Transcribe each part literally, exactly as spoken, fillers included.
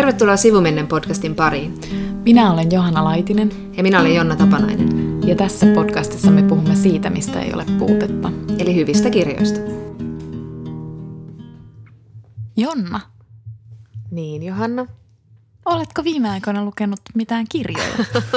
Tervetuloa Sivumennen podcastin pariin. Minä olen Johanna Laitinen. Ja minä olen Jonna Tapanainen. Ja tässä podcastissa me puhumme siitä, mistä ei ole puutetta. Eli hyvistä kirjoista. Jonna. Niin, Johanna. Oletko viime aikoina lukenut mitään kirjoja?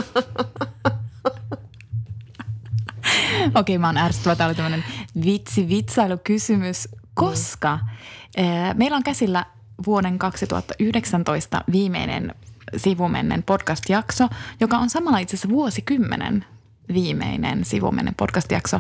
Okei, mä oon ärsyttävä. Tämä oli tämmöinen vitsi-vitsailukysymys, koska mm. e, meillä on käsillä vuoden kaksituhattayhdeksäntoista viimeinen Sivumennen podcast-jakso, joka on samalla itse asiassa vuosikymmenen viimeinen Sivumennen podcast-jakso.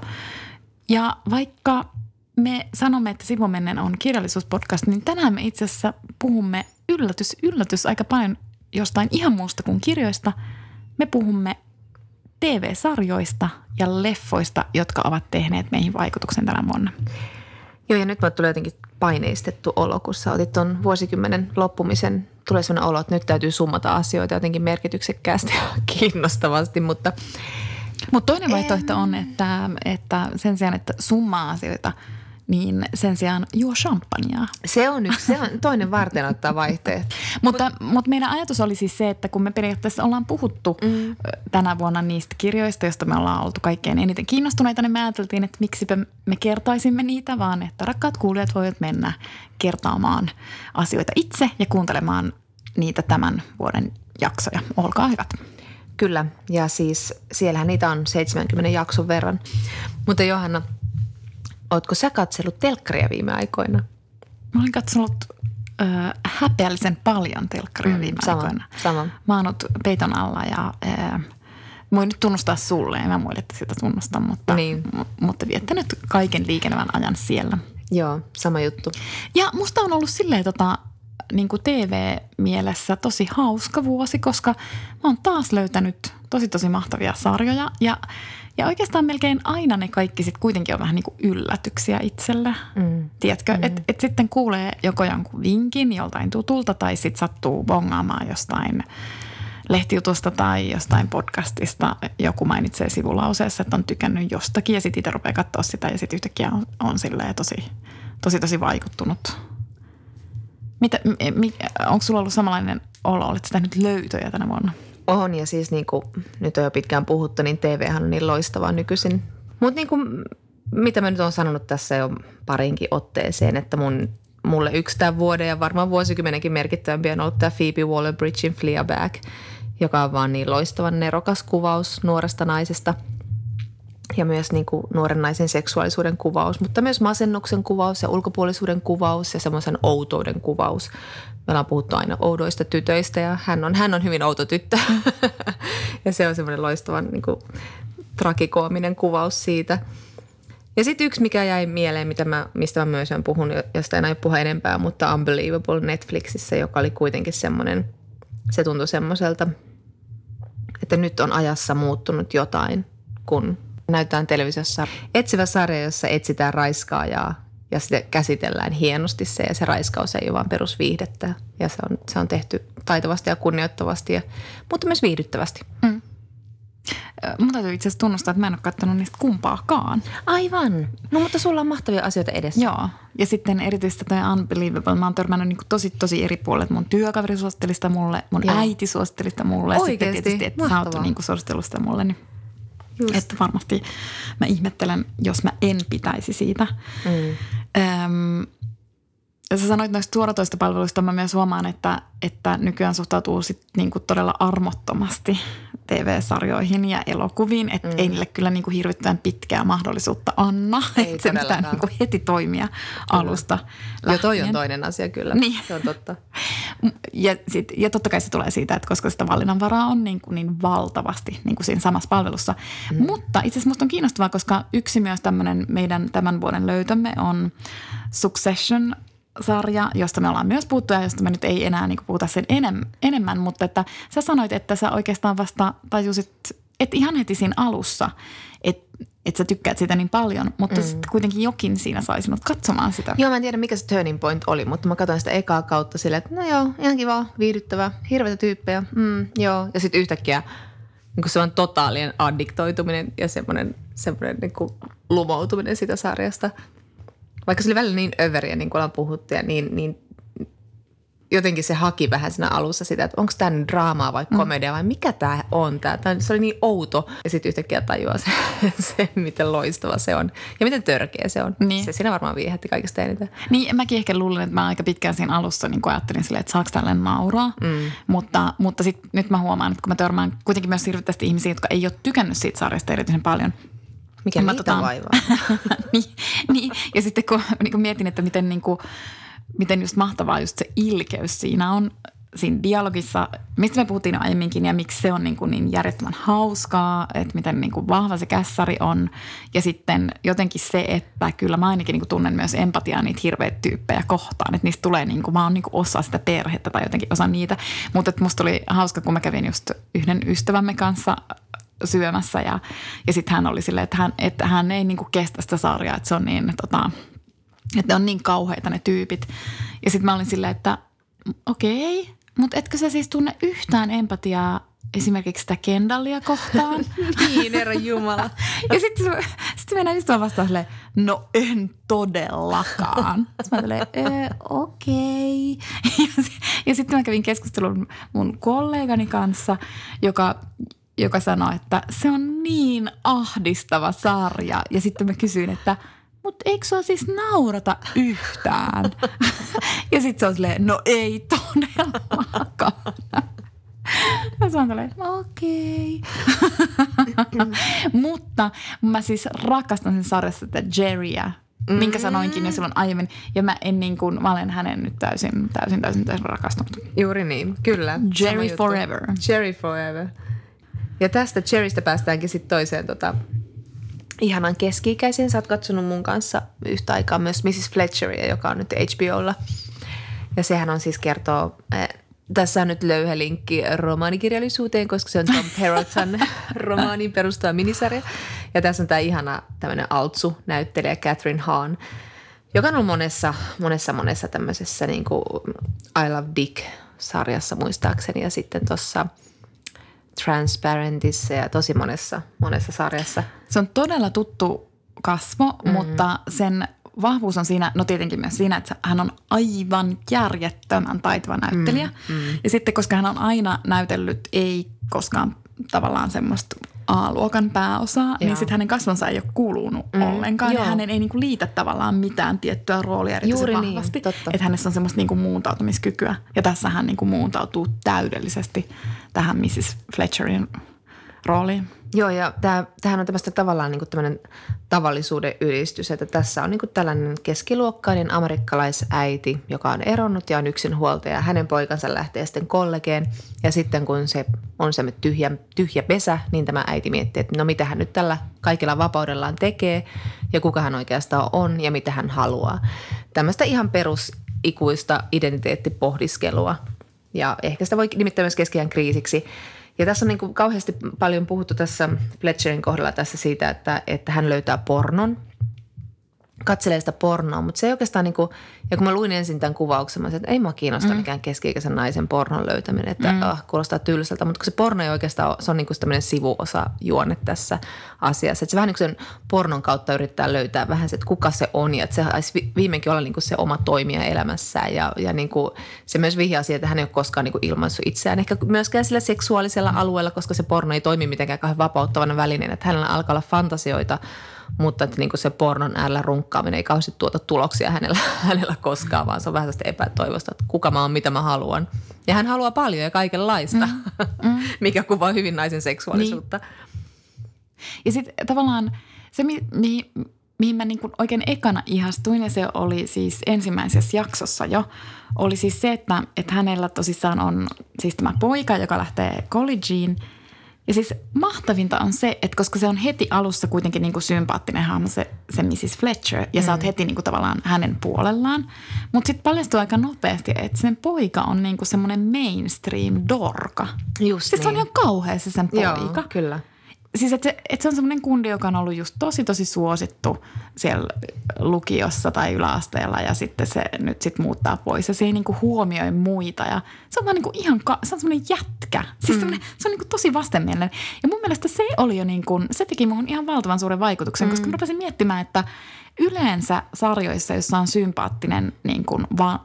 Ja vaikka me sanomme, että Sivumennen on kirjallisuuspodcast, niin tänään me itse asiassa puhumme yllätys, yllätys aika paljon jostain ihan muusta kuin kirjoista. Me puhumme T V-sarjoista ja leffoista, jotka ovat tehneet meihin vaikutuksen tänä vuonna. Joo, ja nyt mulle tulee jotenkin paineistettu olo, kun sä otit ton vuosikymmenen loppumisen. Tulee sellainen olo, että nyt täytyy summata asioita jotenkin merkityksekkäästi ja kiinnostavasti, mutta... Mutta toinen vaihtoehto on, että, että sen sijaan, että summaa asioita, niin sen sijaan juo champagnea. Se on yksi, se on toinen varten ottaa vaihtoehto. mutta, Mut, mutta meidän ajatus oli siis se, että kun me periaatteessa ollaan puhuttu mm. tänä vuonna niistä kirjoista, joista me ollaan oltu kaikkein eniten kiinnostuneita, niin me ajateltiin, että miksipä me kertaisimme niitä, vaan että rakkaat kuulijat voivat mennä kertaamaan asioita itse ja kuuntelemaan niitä tämän vuoden jaksoja. Olkaa hyvät. Kyllä, ja siis siellähän niitä on seitsemänkymmenen jakson verran. Mutta Johanna, ootko sä katsellut telkkaria viime aikoina? Mä olen katsonut äh, häpeällisen paljon telkkaria mm, viime sama, aikoina. Sama. Mä oon ollut peiton alla ja äh, voin nyt tunnustaa sulle, en mä muille, että sitä tunnusta, mutta, niin. m- mutta viettänyt kaiken liikenevän ajan siellä. Joo, sama juttu. Ja musta on ollut silleen tota, niin kuin T V-mielessä tosi hauska vuosi, koska mä oon taas löytänyt tosi tosi mahtavia sarjoja ja Ja oikeastaan melkein aina ne kaikki sitten kuitenkin on vähän niin kuin yllätyksiä itselle. Mm. Tiedätkö, mm. että et sitten kuulee joko jonkun vinkin joltain tutulta tai sitten sattuu bongaamaan jostain lehtijutusta tai jostain podcastista. Joku mainitsee sivulauseessa, että on tykännyt jostakin ja sitten itse rupeaa katsoa sitä ja sitten yhtäkkiä on, on silleen tosi, tosi, tosi vaikuttunut. Mitä, mi, onko sulla ollut samanlainen olo? Oletko sä tehnyt löytöjä tänä vuonna? On, ja siis niin kuin nyt on jo pitkään puhuttu, niin T V:hän on niin loistavaa nykyisin. Mutta niin kuin, mitä mä nyt oon sanonut tässä jo parinkin otteeseen, että mun, mulle yksi tämän vuoden ja varmaan vuosikymmenenkin merkittävämpi on ollut tämä Phoebe Waller-Bridgen Fleabag, joka on vaan niin loistavan nerokas kuvaus nuoresta naisesta ja myös niin kuin nuoren naisen seksuaalisuuden kuvaus, mutta myös masennuksen kuvaus ja ulkopuolisuuden kuvaus ja semmoisen outouden kuvaus. Me ollaan puhuttu aina oudoista tytöistä ja hän on, hän on hyvin outo tyttö ja se on semmoinen loistavan niin kuin trakikoominen kuvaus siitä. Ja sitten yksi, mikä jäi mieleen, mitä mä, mistä mä myös olen puhunut, josta en aio puhua enempää, mutta Unbelievable Netflixissä, joka oli kuitenkin semmoinen, se tuntui semmoiselta, että nyt on ajassa muuttunut jotain, kun näytetään televisiossa etsivä sarja, jossa etsitään raiskaajaa. Ja sitä käsitellään hienosti se ja se raiskaus ei ole vaan perusviihdettä. Ja se on, se on tehty taitavasti ja kunnioittavasti, ja, mutta myös viihdyttävästi. Mm. Mun täytyy itse asiassa tunnustaa, että mä en ole katsonut niistä kumpaakaan. Aivan. No mutta sulla on mahtavia asioita edessä. Joo. Ja sitten erityisesti tämä Unbelievable. Mä oon törmännyt niin tosi tosi eri puolet. Mun työkaveri suositteli sitä mulle, mun Joo. äiti suositteli sitä mulle. Oikeesti? Ja sitten tietysti, että mahtavaa. sä oot niin suositellut sitä mulle, niin Just. että varmasti mä ihmettelen, jos mä en pitäisi siitä. Mm. Öm, ja sä sanoit noista suoratoistopalveluista, mä myös huomaan, että, että nykyään suhtautuu sit niinku todella armottomasti T V-sarjoihin ja elokuviin. Että mm. ei niille kyllä niinku hirvittävän pitkää mahdollisuutta anna. Että se pitää niinku heti toimia kyllä. alusta lähtien. Jo toi on toinen asia kyllä, niin. Se on totta. Ja, sit, ja totta kai se tulee siitä, että koska sitä valinnanvaraa on niin, kuin niin valtavasti niin kuin siinä samassa palvelussa. Mm. Mutta itse asiassa musta on kiinnostavaa, koska yksi myös tämmöinen meidän tämän vuoden löytömme on Succession-sarja, josta me ollaan myös puhuttu ja josta me nyt ei enää niin kuin puhuta sen enem, enemmän. Mutta että sä sanoit, että sä oikeastaan vasta tajusit, että ihan heti siinä alussa, että että sä tykkäät sitä niin paljon, mutta mm. sitten kuitenkin jokin siinä sai sinut katsomaan sitä. Joo, mä en tiedä mikä se turning point oli, mutta mä katsoin sitä ekaa kautta silleen, että no joo, ihan kiva, viihdyttävä, hirveitä tyyppejä, mm, joo. Ja sitten yhtäkkiä niin se on totaalinen addiktoituminen ja semmoinen, semmoinen niin kuin lumoutuminen sitä sarjasta. Vaikka se oli välillä niin överiä, niin kuin ollaan puhuttu ja niin, niin jotenkin se haki vähän siinä alussa sitä, että onko tämä nyt draamaa vai komedia vai mikä tämä on. Tää. Tää, se oli niin outo ja sitten yhtäkkiä tajuaa se, se, miten loistava se on ja miten törkeä se on. Niin. Se siinä varmaan viehätti kaikista eniten. Niin, mäkin ehkä luulen, että mä aika pitkään siinä alussa niin ajattelin silleen, että saako tälle nauraa. Mm. Mutta, mutta sit, nyt mä huomaan, että kun mä törmään kuitenkin myös hirveästi ihmisiä, jotka ei ole tykännyt siitä sarjasta erityisen paljon. Mikä niitä tota, vaivaa. niin, niin, ja sitten kun, niin kun mietin, että miten, niin kuin, miten just mahtavaa just se ilkeys siinä on, siinä dialogissa, mistä me puhuttiin aiemminkin ja miksi se on niin, kuin niin järjettömän hauskaa, että miten niin kuin vahva se kässäri on. Ja sitten jotenkin se, että kyllä mä ainakin niin kuin tunnen myös empatiaa niitä hirveitä tyyppejä kohtaan. Että niistä tulee, niin kuin, mä oon niin kuin osa sitä perhettä tai jotenkin osa niitä. Mutta että musta oli hauska, kun mä kävin just yhden ystävämme kanssa syömässä ja, ja sitten hän oli silleen, että hän, että hän ei niin kuin kestä sitä sarjaa, että se on niin, tota, että ne on niin kauheita ne tyypit. Ja sitten mä olin silleen, että okei, mutta etkö sä siis tunne yhtään empatiaa esimerkiksi sitä Kendallia kohtaan? Niin, herran jumala. Ja sitten sit mennään just vastaan silleen, no en todellakaan. Sitten mä tulin, okei. Ja, ja sitten mä kävin keskustelun mun kollegani kanssa, joka, joka sanoi, että se on niin ahdistava sarja. Ja sitten mä kysyin, että mutta eikö sua siis naurata yhtään? Ja sitten se on silleen, no ei todellakaan. Ja se on silleen, okei. Okay. Mutta mä siis rakastan sen sarjassa tätä Jerryä, mm. minkä sanoinkin jo silloin aiemmin. Ja mä en niin kuin, mä olen hänen nyt täysin, täysin, täysin, täysin rakastunut. Juuri niin, kyllä. Jerry forever. Jerry forever. Ja tästä Jerrystä päästäänkin sitten toiseen tota ihanan keski-ikäisen. Sä oot katsonut mun kanssa yhtä aikaa myös missis Fletcheria, joka on nyt H B O:lla. Ja sehän on siis kertoo, äh, tässä on nyt löyhä linkki romaanikirjallisuuteen, koska se on Tom Perrottan romaaniin perustuva minisarja. Ja tässä on tämä ihana tämmöinen altsu-näyttelijä Catherine Hahn, joka on ollut monessa, monessa, monessa tämmöisessä niin kuin I Love Dick-sarjassa muistaakseni ja sitten tuossa Transparentissa ja tosi monessa, monessa sarjassa. Se on todella tuttu kasvo, mm-hmm. mutta sen vahvuus on siinä, no tietenkin myös siinä, että hän on aivan järjettömän taitava näyttelijä. Mm-hmm. Ja sitten, koska hän on aina näytellyt, ei koskaan tavallaan semmoista A-luokan pääosaa, Joo. niin sitten hänen kasvonsa ei ole kuulunut mm, ollenkaan. Joo. Ja hänen ei niinku liitä tavallaan mitään tiettyä roolia erityisen Juuri vahvasti. Niin, että hänessä on semmoista niinku muuntautumiskykyä. Ja tässä hän niinku muuntautuu täydellisesti tähän missis Fletcherin rooliin. Joo, ja tämä, tämähän on tämmöistä tavallaan niin kuin tämmöinen tavallisuuden ylistys, että tässä on niin kuin tällainen keskiluokkainen amerikkalaisäiti, joka on eronnut ja on yksinhuoltaja. Hänen poikansa lähtee sitten kollegeen ja sitten kun se on se tyhjä, tyhjä pesä, niin tämä äiti miettii, että no mitä hän nyt tällä kaikilla vapaudellaan tekee ja kuka hän oikeastaan on ja mitä hän haluaa. Tämmöistä ihan perusikuista identiteettipohdiskelua ja ehkä sitä voi nimittää myös keskiajan kriisiksi. Ja tässä on niin kuin kauheasti paljon puhuttu tässä Fletcherin kohdalla tässä siitä, että, että hän löytää pornon, katselee sitä pornoa, mutta se ei oikeastaan niin kuin, ja kun mä luin ensin tämän kuvauksen, mä sanoin, että ei mua kiinnosta mm. mikään keski-ikäisen naisen pornon löytäminen, että mm. ah, kuulostaa tylsältä, mutta kun se porno ei oikeastaan, se on niin kuin tämmöinen sivuosa juonne tässä asiassa, että se vähän niin kuin sen pornon kautta yrittää löytää vähän se, että kuka se on ja että se saisi viimeinkin olla niin kuin se oma toimija elämässään ja, ja niin kuin se myös vihjaa siihen, että hän ei ole koskaan niin kuin ilmaissut itseään, ehkä myöskään sillä seksuaalisella mm. alueella, koska se porno ei toimi mitenkään kauhean vapauttavana välineenä, että hänellä alkaa olla fantasioita, mutta että niin kuin se pornon äärellä runkkaaminen ei kauheasti tuota tuloksia hänellä, hänellä koskaan, vaan se on vähän sellaista epätoivosta, että kuka mä oon, mitä mä haluan. Ja hän haluaa paljon ja kaikenlaista, mm, mm. mikä kuvaa hyvin naisen seksuaalisuutta. Niin. Ja sitten tavallaan se, mi- mi- mihin mä niin kuin oikein ekana ihastuin, ja se oli siis ensimmäisessä jaksossa jo, oli siis se, että, että hänellä tosissaan on siis tämä poika, joka lähtee collegeen. Ja siis mahtavinta on se, että koska se on heti alussa kuitenkin niin kuin sympaattinen hahmo se, se missis Fletcher ja mm. sä oot heti niin kuin tavallaan hänen puolellaan. Mutta sitten paljastuu aika nopeasti, että sen poika on niin kuin semmoinen mainstream dorka. Just siis niin. Se on ihan kauhea se sen poika. Joo, kyllä. Siis että se, et se on semmoinen kundi, joka on ollut just tosi tosi suosittu siellä lukiossa tai yläasteella ja sitten se nyt sitten muuttaa pois ja se ei niinku huomioi muita ja se on vaan niinku ihan, ka- se on semmoinen jätkä. Siis mm. se on niinku tosi vastenmielinen ja mun mielestä se oli jo niinku, se teki muhun ihan valtavan suuren vaikutuksen, mm. koska mä rupesin miettimään, että yleensä sarjoissa, jossa on sympaattinen niin kuin vaan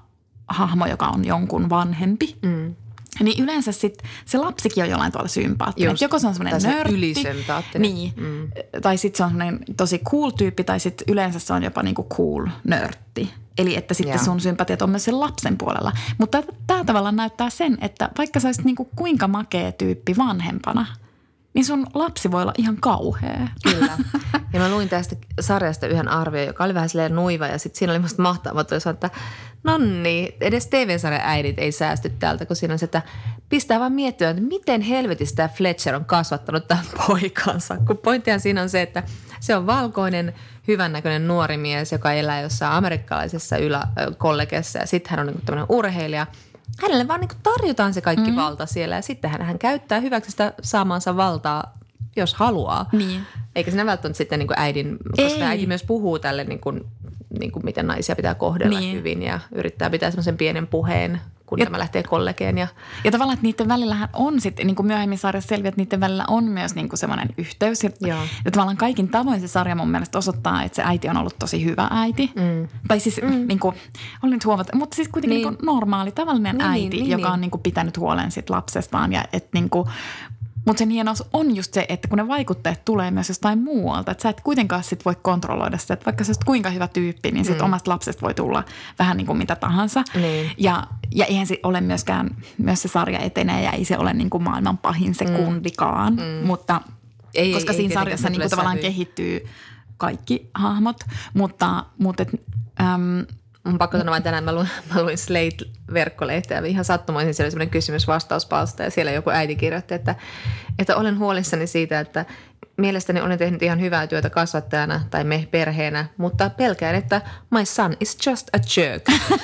hahmo, joka on jonkun vanhempi. Mm. Niin yleensä sit se lapsikin on jollain tavalla sympaattinen. Joko se on semmoinen nörtti. Ylisympaattinen. Niin. Mm. Tai sitten se on semmoinen tosi cool tyyppi tai sitten yleensä se on jopa niinku cool nörtti. Eli että sitten yeah. sun sympatiat on myös sen lapsen puolella. Mutta tämä tavallaan näyttää sen, että vaikka sä olisit niinku kuinka makea tyyppi vanhempana, niin sun lapsi voi olla ihan kauhea. Kyllä. Ja mä luin tästä sarjasta yhden arvion, joka oli vähän silleen nuiva ja sitten siinä oli musta mahtavaa, että nonni, edes T V-sarjan äidit ei säästy täältä, kun siinä on se, että pistää vaan miettiä, että miten helvetissä tämä Fletcher on kasvattanut tämän poikansa. Kun pointtihan siinä on se, että se on valkoinen, hyvännäköinen nuori mies, joka elää jossain amerikkalaisessa yläkollegessa ja sitten hän on niin tämmöinen urheilija. Hänelle vaan niin tarjotaan se kaikki mm. valta siellä ja sitten hän, hän käyttää hyväksi sitä saamaansa valtaa, jos haluaa. Niin. Eikä siinä välttämättä sitten niin kuin äidin, koska äiti myös puhuu tälle, niin kuin, niin kuin miten naisia pitää kohdella niin. hyvin ja yrittää pitää semmoisen pienen puheen, kun ja, tämä lähtee kollegeen. Ja, ja tavallaan, että niiden välillähän on sitten, niin kuin myöhemmin sarjassa selviää, että niiden välillä on myös niin kuin semmoinen yhteys. Ja, ja tavallaan kaikin tavoin se sarja mun mielestä osoittaa, että se äiti on ollut tosi hyvä äiti. Mm. Tai siis mm. niin kuin, olen nyt huomata, mutta siis kuitenkin niin. niin kuin normaali, tavallinen niin, äiti, niin, joka niin. on niin kuin pitänyt huolen sit lapsestaan ja että niin kuin mutta sen hienous on just se, että kun ne vaikutteet tulee myös jostain muualta, että sä et kuitenkaan sit voi kontrolloida sitä, että vaikka sä oot kuinka hyvä tyyppi, niin sit mm. omasta lapsesta voi tulla vähän niin kuin mitä tahansa. Niin. Ja, ja eihän se ole myöskään, myös se sarja etenee ja ei se ole niin kuin maailman pahin se mm. kundikaan, mm. mutta ei, koska ei, siinä ei, sarjassa niin kuin tavallaan sävyy. Kehittyy kaikki hahmot, mutta, mutta et, äm, mun pakko sanoa, että tänään mä luin, mä luin Slate-verkkolehteä ja ihan sattumoisin siellä oli semmoinen kysymys-vastauspalsta ja siellä joku äiti kirjoitti, että, että olen huolissani siitä, että mielestäni olen tehnyt ihan hyvää työtä kasvattajana tai me perheenä, mutta pelkään, että my son is just a jerk.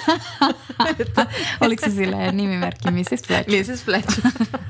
Oliko se silleen nimimerkki missis Fletcher? missis Fletcher.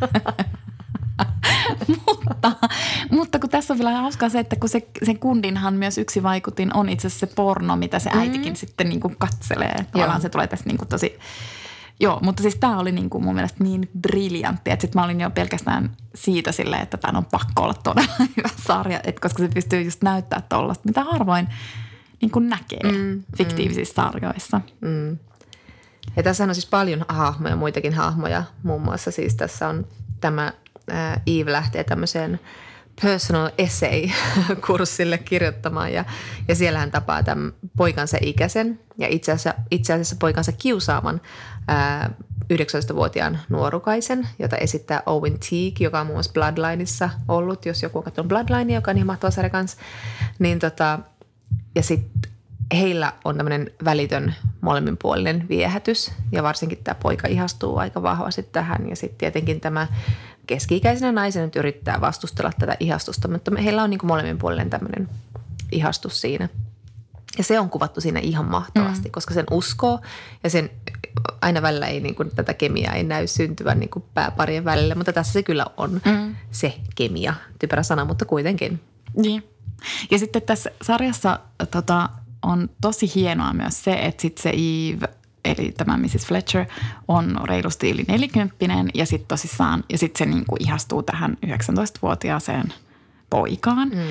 mutta, mutta kun tässä on vielä hauskaa se, että kun se, sen kundinhan myös yksi vaikutin on itse asiassa se porno, mitä se äitikin mm. sitten niin kuin katselee. Tavallaan se tulee tässä niin kuin tosi, joo, mutta siis tämä oli niin kuin mun mielestä niin briljantti, että sitten mä olin jo pelkästään siitä silleen, että tämä on pakko olla todella hyvä sarja, että koska se pystyy just näyttää tollaista, mitä harvoin niin kuin näkee mm. fiktiivisissä mm. sarjoissa. Mm. Ja tässä on siis paljon hahmoja, muitakin hahmoja, muun muassa siis tässä on tämä Eve lähtee tämmöiseen personal essay-kurssille kirjoittamaan ja, ja siellä hän tapaa tämän poikansa ikäisen ja itse asiassa, itse asiassa poikansa kiusaaman ää, yhdeksäntoistavuotiaan nuorukaisen, jota esittää Owen Teague, joka on muun muassa Bloodlineissa ollut, jos joku on katsonut Bloodlinea, joka on ihan mahtava sarja kanssa. Niin tota, ja sitten heillä on tämmöinen välitön molemminpuolinen viehätys ja varsinkin tämä poika ihastuu aika vahvasti tähän ja sitten tietenkin tämä keski-ikäisenä naisena nyt yrittää vastustella tätä ihastusta, mutta heillä on niin kuin molemminpuolinen tämmöinen ihastus siinä. Ja se on kuvattu siinä ihan mahtavasti, mm. koska sen uskoo ja sen aina välillä ei niin kuin, tätä kemiaa ei näy syntyvän niin kuin pääparien välillä, mutta tässä se kyllä on mm. se kemia, typerä sana, mutta kuitenkin. Niin. Ja sitten tässä sarjassa tota, on tosi hienoa myös se, että sitten se Eve, eli tämä missis Fletcher, on reilusti yli nelikymppinen ja sitten tosissaan, ja sitten se niinku ihastuu tähän yhdeksäntoistavuotiaaseen poikaan. Mm.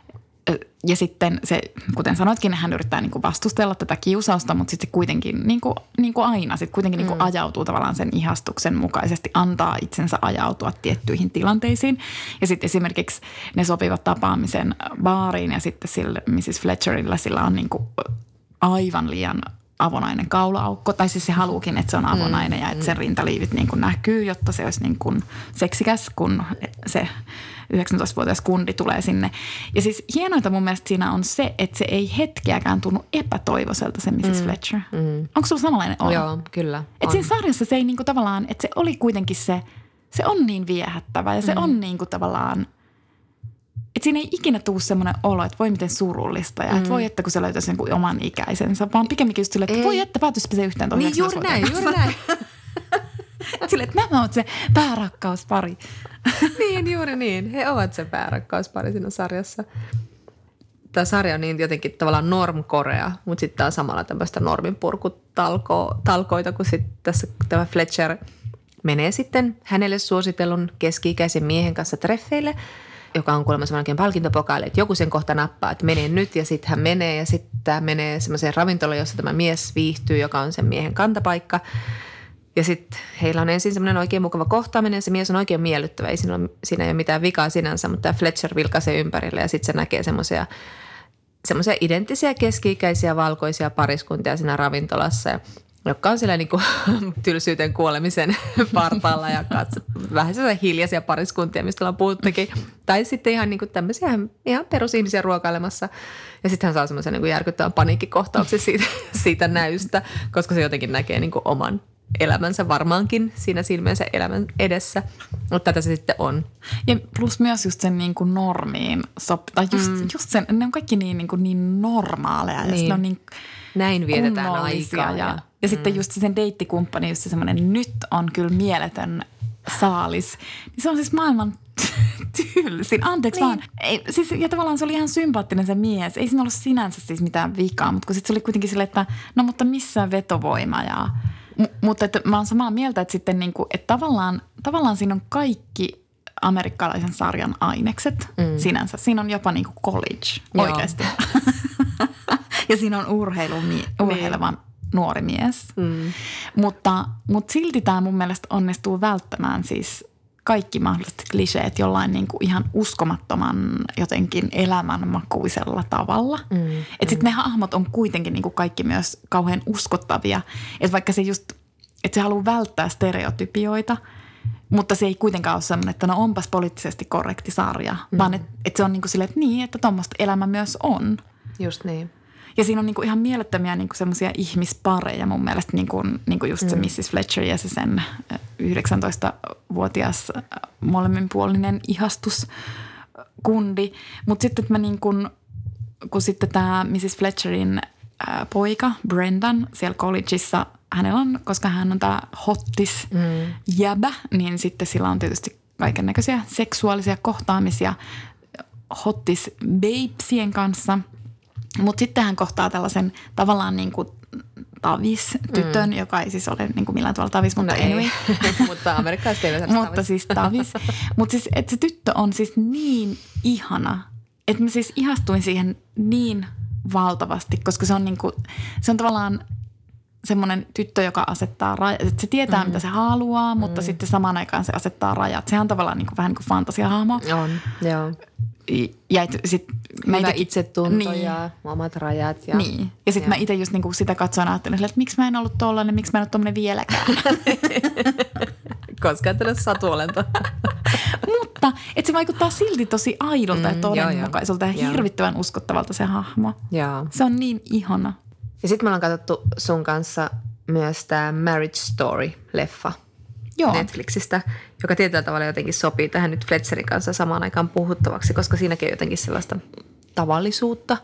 Ja sitten se, kuten sanoitkin, hän yrittää niinku vastustella tätä kiusausta, mutta sitten se kuitenkin niinku, niinku aina, sitten kuitenkin niinku mm. ajautuu tavallaan sen ihastuksen mukaisesti, antaa itsensä ajautua tiettyihin tilanteisiin. Ja sitten esimerkiksi ne sopivat tapaamisen baariin ja sitten sillä missis Fletcherillä sillä on niinku aivan liian avonainen kaula-aukko. Tai siis se haluukin, että se on avonainen mm. ja että sen rintaliivit niinku näkyy, jotta se olisi niinku seksikäs, kun se yhdeksäntoistavuotias kundi tulee sinne. Ja siis hienointa mun mielestä siinä on se, että se ei hetkeäkään tunnu epätoivoiselta se missis Mm. Fletcher. Mm. Onko sulla samanlainen olo? Joo, kyllä. Että siinä sarjassa se ei niinku tavallaan, että se oli kuitenkin se, se on niin viehättävä ja se mm. on niinku tavallaan, että siinä ei ikinä tule semmoinen olo, että voi miten surullista ja mm. että voi että kun se löytäisi jonkun oman ikäisensä, vaan pikemminkin just sille, että ei. Voi että päätyisipä se yhteen tuohon niin juuri näin, juuri näin. Silleen, että nämä ovat se päärakkauspari. Niin, juuri niin. He ovat se päärakkauspari siinä sarjassa. Tämä sarja on niin jotenkin tavallaan normkorea, mutta sitten tämä on samalla tämmöistä norminpurkutalkoita, kun sitten tässä tämä Fletcher menee sitten hänelle suositellun keski-ikäisen miehen kanssa treffeille. joka on kuulemma semmoinen palkintopokaali, että joku sen kohta nappaa, että menee nyt ja sitten hän menee ja sitten tämä menee semmoiseen ravintolaan, jossa tämä mies viihtyy, joka on sen miehen kantapaikka. Ja sitten heillä on ensin semmoinen oikein mukava kohtaaminen ja se mies on oikein miellyttävä. Ei siinä, ole, siinä ei ole mitään vikaa sinänsä, mutta tämä Fletcher vilkaisee ympärille ja sitten se näkee semmoisia semmoisia identtisiä keski-ikäisiä valkoisia pariskuntia siinä ravintolassa, ja, jotka on siellä niin kuin tylsyyten kuolemisen partaalla ja katso, vähän sellaisia hiljaisia pariskuntia, mistä ollaan puhuttukin. Tai sitten ihan niin kuin tämmöisiä ihan perusihmisiä ruokailemassa. Ja sitten hän saa semmoisen niin kuin järkyttävän paniikkikohtauksen siitä, siitä näystä, koska se jotenkin näkee niin kuin oman elämänsä varmaankin siinä silmiensä elämän edessä, mutta tätä se sitten on. Ja plus myös just sen niin kuin normiin, sop, tai just, mm. just sen, ne on kaikki niin, niin, kuin niin normaaleja ja niin. Ne on niin näin vietetään aikaa. Ja, ja, ja mm. sitten just sen deittikumppani, just se semmoinen nyt on kyllä mieletön saalis, niin se on siis maailman tylsin. Anteeksi niin. vaan. Ei, siis, ja tavallaan se oli ihan sympaattinen se mies. Ei siinä ollut sinänsä siis mitään vikaa, mutta kun sitten se oli kuitenkin silleen, että no mutta missä vetovoima ja M- mutta että mä oon samaa mieltä, että sitten niinku, että tavallaan, tavallaan siinä on kaikki amerikkalaisen sarjan ainekset mm. sinänsä. Siinä on jopa niinku college Joo. oikeasti. Ja siinä on urheilumie- urheileva niin. nuori mies. Mm. Mutta, mutta silti tämä mun mielestä onnistuu välttämään siis kaikki mahdolliset kliseet jollain niinku ihan uskomattoman jotenkin elämänmakuisella tavalla. Mm, että sitten mm. ne hahmot on kuitenkin niinku kaikki myös kauhean uskottavia. Että vaikka se just, että se haluaa välttää stereotypioita, mutta se ei kuitenkaan ole sellainen, että no onpas poliittisesti korrekti sarja. Mm. Vaan että et se on niinku silleen, että niin, että tuommoista elämä myös on. Just niin. Ja siinä on niinku ihan mielettömiä niinku semmoisia ihmispareja mun mielestä, niinku, niinku just se mm. missis Fletcher ja se sen yhdeksäntoistavuotias molemminpuolinen ihastuskundi. Mutta sitten mä niinku, kun sitten tämä missis Fletcherin ää, poika Brendan siellä collegeissa, hänellä on, koska hän on tämä hottis mm. jäbä, niin sitten sillä on tietysti kaiken näköisiä seksuaalisia kohtaamisia hottis babesien kanssa. Mutta sitten hän kohtaa tällaisen tavallaan niin kuin tavis-tytön, mm. joka ei siis ole niin kuin millään tavalla tavis, mutta no anyway. Mutta amerikkalaiset eivät Mutta siis tavis. Mutta siis, että se tyttö on siis niin ihana, että mä siis ihastuin siihen niin valtavasti, koska se on niin kuin, se on tavallaan semmoinen tyttö, joka asettaa rajat. Että se tietää, mm. mitä se haluaa, mutta mm. sitten samaan aikaan se asettaa rajat. Sehän on tavallaan niin kuin, vähän niin kuin fantasiahahmo. On, joo. Ja sit hyvä ite, itsetunto niin. ja omat rajat. Ja, niin. Ja sitten mä itse just niinku sitä katsoin ajattelin, että miksi mä en ollut tollainen, miksi mä en ole tommoinen vieläkään. Koska et ole satuolento. Mutta että se vaikuttaa silti tosi aidolta mm, ja todenmukaiselta ja hirvittävän uskottavalta se hahmo. Joo. Se on niin ihana. Ja sitten me ollaan katsottu sun kanssa myös tämä Marriage Story-leffa. Joo. Netflixistä, joka tietyllä tavalla jotenkin sopii tähän nyt Fletcherin kanssa samaan aikaan puhuttavaksi, koska siinäkin on jotenkin sellaista tavallisuutta.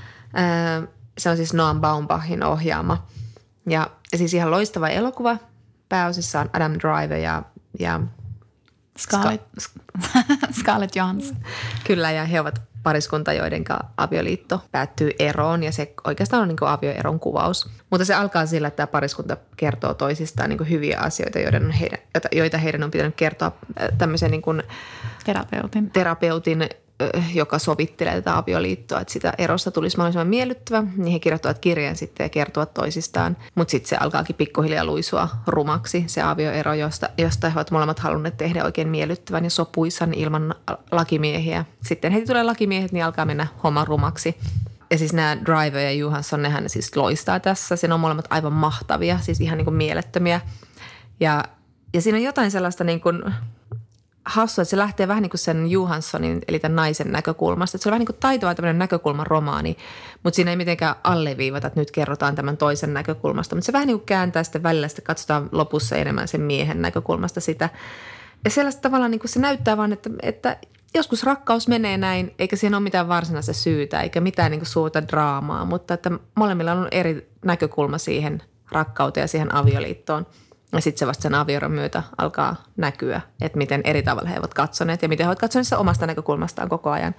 Se on siis Noam Baumbachin ohjaama. Ja, ja siis ihan loistava elokuva. Pääosissa on Adam Driver ja, ja Scarlett, Scarlett Johansson. Kyllä, ja he ovat pariskunta, joiden avioliitto päättyy eroon ja se oikeastaan on niin kuin avioeron kuvaus. Mutta se alkaa sillä, että tämä pariskunta kertoo toisistaan niin kuin hyviä asioita, joiden heidän, joita heidän on pitänyt kertoa tämmöisen niin kuin terapeutin. terapeutin, joka sovittelee tätä avioliittoa, että sitä erosta tulisi mahdollisimman miellyttävä. Niin he kirjoittavat kirjan sitten ja kertovat toisistaan. Mutta sitten se alkaakin pikkuhiljaa luisua rumaksi, se avioero, josta, josta he ovat molemmat halunneet tehdä oikein miellyttävän ja sopuisan ilman lakimiehiä. Sitten heti tulee lakimiehet, niin alkaa mennä homma rumaksi. Ja siis nämä Driver ja Johansson, nehän siis loistaa tässä. Siinä on molemmat aivan mahtavia, siis ihan niin kuin mielettömiä. Ja, ja siinä on jotain sellaista niin kuin hassua, että se lähtee vähän niin kuin sen Johanssonin, eli tämän naisen näkökulmasta. Että se on vähän niin kuin taitava tämmöinen näkökulman romaani, mutta siinä ei mitenkään alleviivata, että nyt kerrotaan tämän toisen näkökulmasta. Mutta se vähän niin kuin kääntää sitten välillä, sitten katsotaan lopussa enemmän sen miehen näkökulmasta sitä. Ja sellaista tavallaan niin kuin se näyttää vaan, että, että joskus rakkaus menee näin, eikä siinä ole mitään varsinaista syytä, eikä mitään niin kuin suurta draamaa, mutta että molemmilla on eri näkökulma siihen rakkauteen ja siihen avioliittoon. Ja sitten se vasta sen avioeron myötä alkaa näkyä, että miten eri tavalla he ovat katsoneet ja miten he ovat katsoneet omasta näkökulmastaan koko ajan.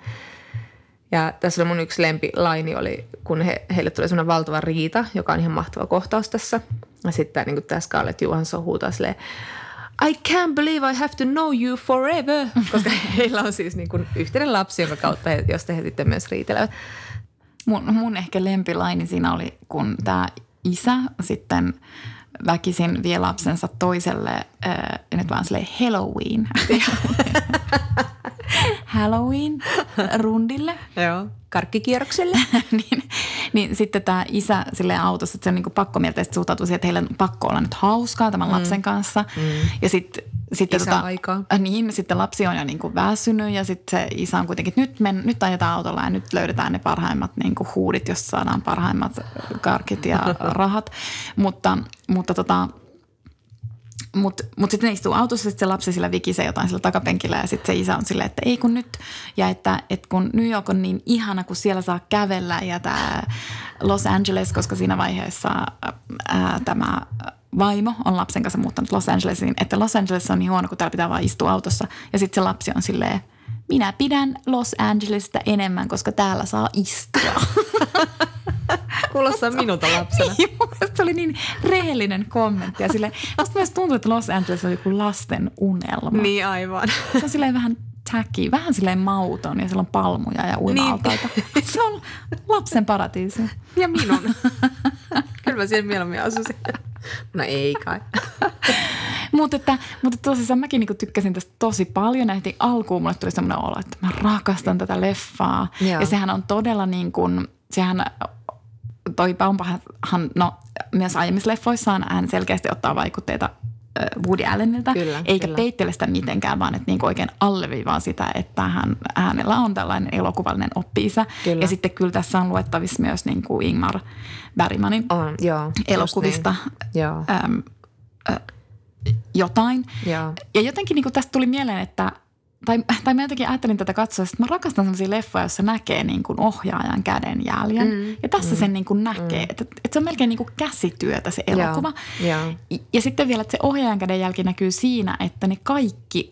Ja tässä oli mun yksi lempilaini oli, kun he, heille tuli semmoinen valtava riita, joka on ihan mahtava kohtaus tässä. Ja sitten niin tämä Scarlett Johansson huutaa silleen, I can't believe I have to know you forever, koska heillä on siis niin kuin yhteinen lapsi, jonka kautta he, josta he sitten myös riitelevät. Mun, mun ehkä lempilaini siinä oli, kun tämä isä sitten väkisin vie lapsensa toiselle, äh, nyt vaan silleen Halloween. Halloween-rundille. Joo, karkkikierrokselle. niin, niin sitten tämä isä silleen autossa, että se on niinku pakkomielteisesti suhtautuu siihen, että heillä on pakko olla nyt hauskaa tämän mm. lapsen kanssa. Mm. Ja sitten sitten isä tota, aikaa. Niin, sitten lapsi on jo niinku väsynyt ja sitten se isä on kuitenkin, että nyt, men, nyt ajetaan autolla ja nyt löydetään ne parhaimmat niinku huudit, jos saadaan parhaimmat karkit ja rahat. mutta mutta tota, Mutta mut sitten ne istuu autossa, sitten se lapsi sillä vikisee jotain sillä takapenkillä ja sitten se isä on silleen, että ei kun nyt. Ja että, että kun New York on niin ihana, kun siellä saa kävellä ja tämä Los Angeles, koska siinä vaiheessa ää, tämä vaimo on lapsen kanssa muuttanut Los Angelesiin, että Los Angeles on niin huono, kun täällä pitää vaan istua autossa. Ja sitten se lapsi on silleen, minä pidän Los Angelesista enemmän, koska täällä saa istua. Kuulostaa minulta lapsena. Niin, se oli niin rehellinen kommentti. Ja silleen, musta myös tuntuu, että Los Angeles on joku lasten unelma. Niin aivan. Se on silleen vähän tacky, vähän silleen mauton ja siellä on palmuja ja uima-altaita. Niin. Se on lapsen paratiisi. Ja minun. Kyllä mä siihen mieluummin asuisin. No ei kai. Mutta että, mutta tosissaan mäkin niinku tykkäsin tästä tosi paljon. Ja heti alkuun mulle tuli semmoinen olo, että mä rakastan tätä leffaa. Joo. Ja sehän on todella niin kuin, sehän toi Baumbachhan, no myös aiemmissa leffoissaan hän selkeästi ottaa vaikutteita Woody Allenilta, kyllä, eikä kyllä. peittele sitä mitenkään, vaan että niin oikein alleviivaa sitä, että hän, hänellä on tällainen elokuvallinen oppi-isä. Kyllä. Ja sitten kyllä tässä on luettavissa myös niin kuin Ingmar Bergmanin on, joo, elokuvista niin. äm, ä, jotain. Joo. Ja jotenkin niin kuin tästä tuli mieleen, että Tai, tai mä jotenkin ajattelin tätä katsoa, että mä rakastan sellaisia leffoja, joissa näkee niin kuin ohjaajan kädenjäljen. Mm, ja tässä mm, sen niin kuin näkee, mm. että, että se on melkein niin kuin käsityötä se elokuva. Ja, ja. ja sitten vielä, että se ohjaajan kädenjälki näkyy siinä, että ne kaikki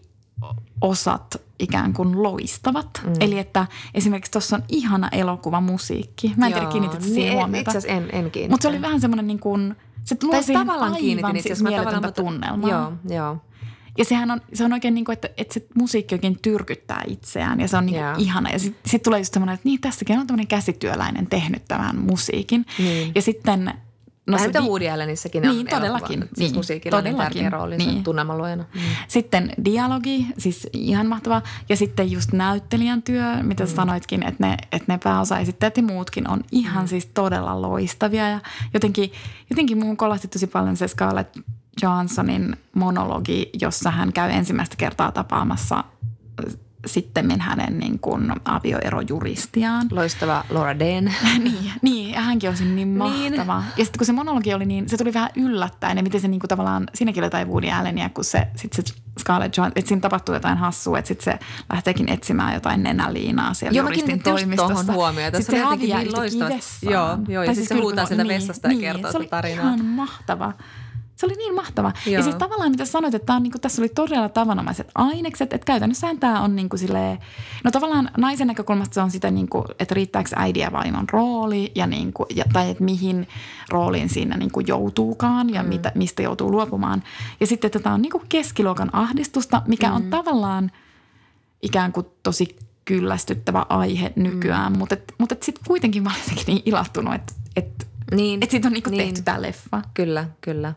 osat ikään kuin loistavat. Mm. Eli että esimerkiksi tuossa on ihana elokuva musiikki. Mä en tiedä, kiinnitit siihen huomiota. Itse asiassa en, en kiinnittänyt. Mutta se oli vähän semmoinen niin kuin, se luo siihen aivan siis mieletöntä tunnelmaa. Joo, joo. Ja sehän on, se on oikein niin kuin, että, että se musiikki oikein tyrkyttää itseään ja se on niin kuin yeah. ihana. Ja sitten sit tulee just semmoinen, että niin tässäkin on tämmöinen käsityöläinen tehnyt tämän musiikin. Mm. Ja sitten No vähän mitä Woody Allenissäkin on. Niin, todellakin. Elokuva, siis niin, musiikilla on tärkeä rooli niin. tunnelmaluojana. Mm. Sitten dialogi, siis ihan mahtavaa. Ja sitten just näyttelijän työ, mitä mm. sanoitkin, että ne, että ne pääosaesittäjät ja muutkin on ihan mm. siis todella loistavia. Ja jotenkin, jotenkin muuhun kolahti tosi paljon se Scarlett Johanssonin monologi, jossa hän käy ensimmäistä kertaa tapaamassa sittemmin hänen niin kuin avioerojuristiaan. Loistava Laura Dern. niin, niin, ja hänkin olisi niin mahtava. Niin. Ja sitten kun se monologi oli niin, se tuli vähän yllättäen. Ja miten se niin kuin tavallaan, siinäkin oli jotain Woody Allenia, kun se, sit se Scarlett Johansson, että siinä tapahtuu jotain hassua, että sitten se lähteekin etsimään jotain nenäliinaa siellä joo, juristin toimistossa. Joo, mä huomioon. Sitten se häviää yhtäkkiä vessaan. Joo, joo ja sitten se huutaa sieltä niin, vessasta niin, ja kertoo sitä tarinaa. Se oli ihan mahtava. Se oli niin mahtava. Joo. Ja siis tavallaan mitä sanoit, että on, niin kuin, tässä oli todella tavanomaiset ainekset, että käytännössähän tämä on niin kuin silleen, no tavallaan naisen näkökulmasta se on sitä niin kuin, että riittääkö äidin ja vaimon rooli ja niin kuin, ja, tai että mihin rooliin siinä niin kuin joutuukaan ja mm. mitä, mistä joutuu luopumaan. Ja sitten tätä on niin kuin keskiluokan ahdistusta, mikä mm. on tavallaan ikään kuin tosi kyllästyttävä aihe nykyään, mm. mutta, et, mutta et sitten kuitenkin mä olen niin ilahtunut, että, että, niin. että siitä on niin kuin niin. tehty tämä leffa. Kyllä, kyllä.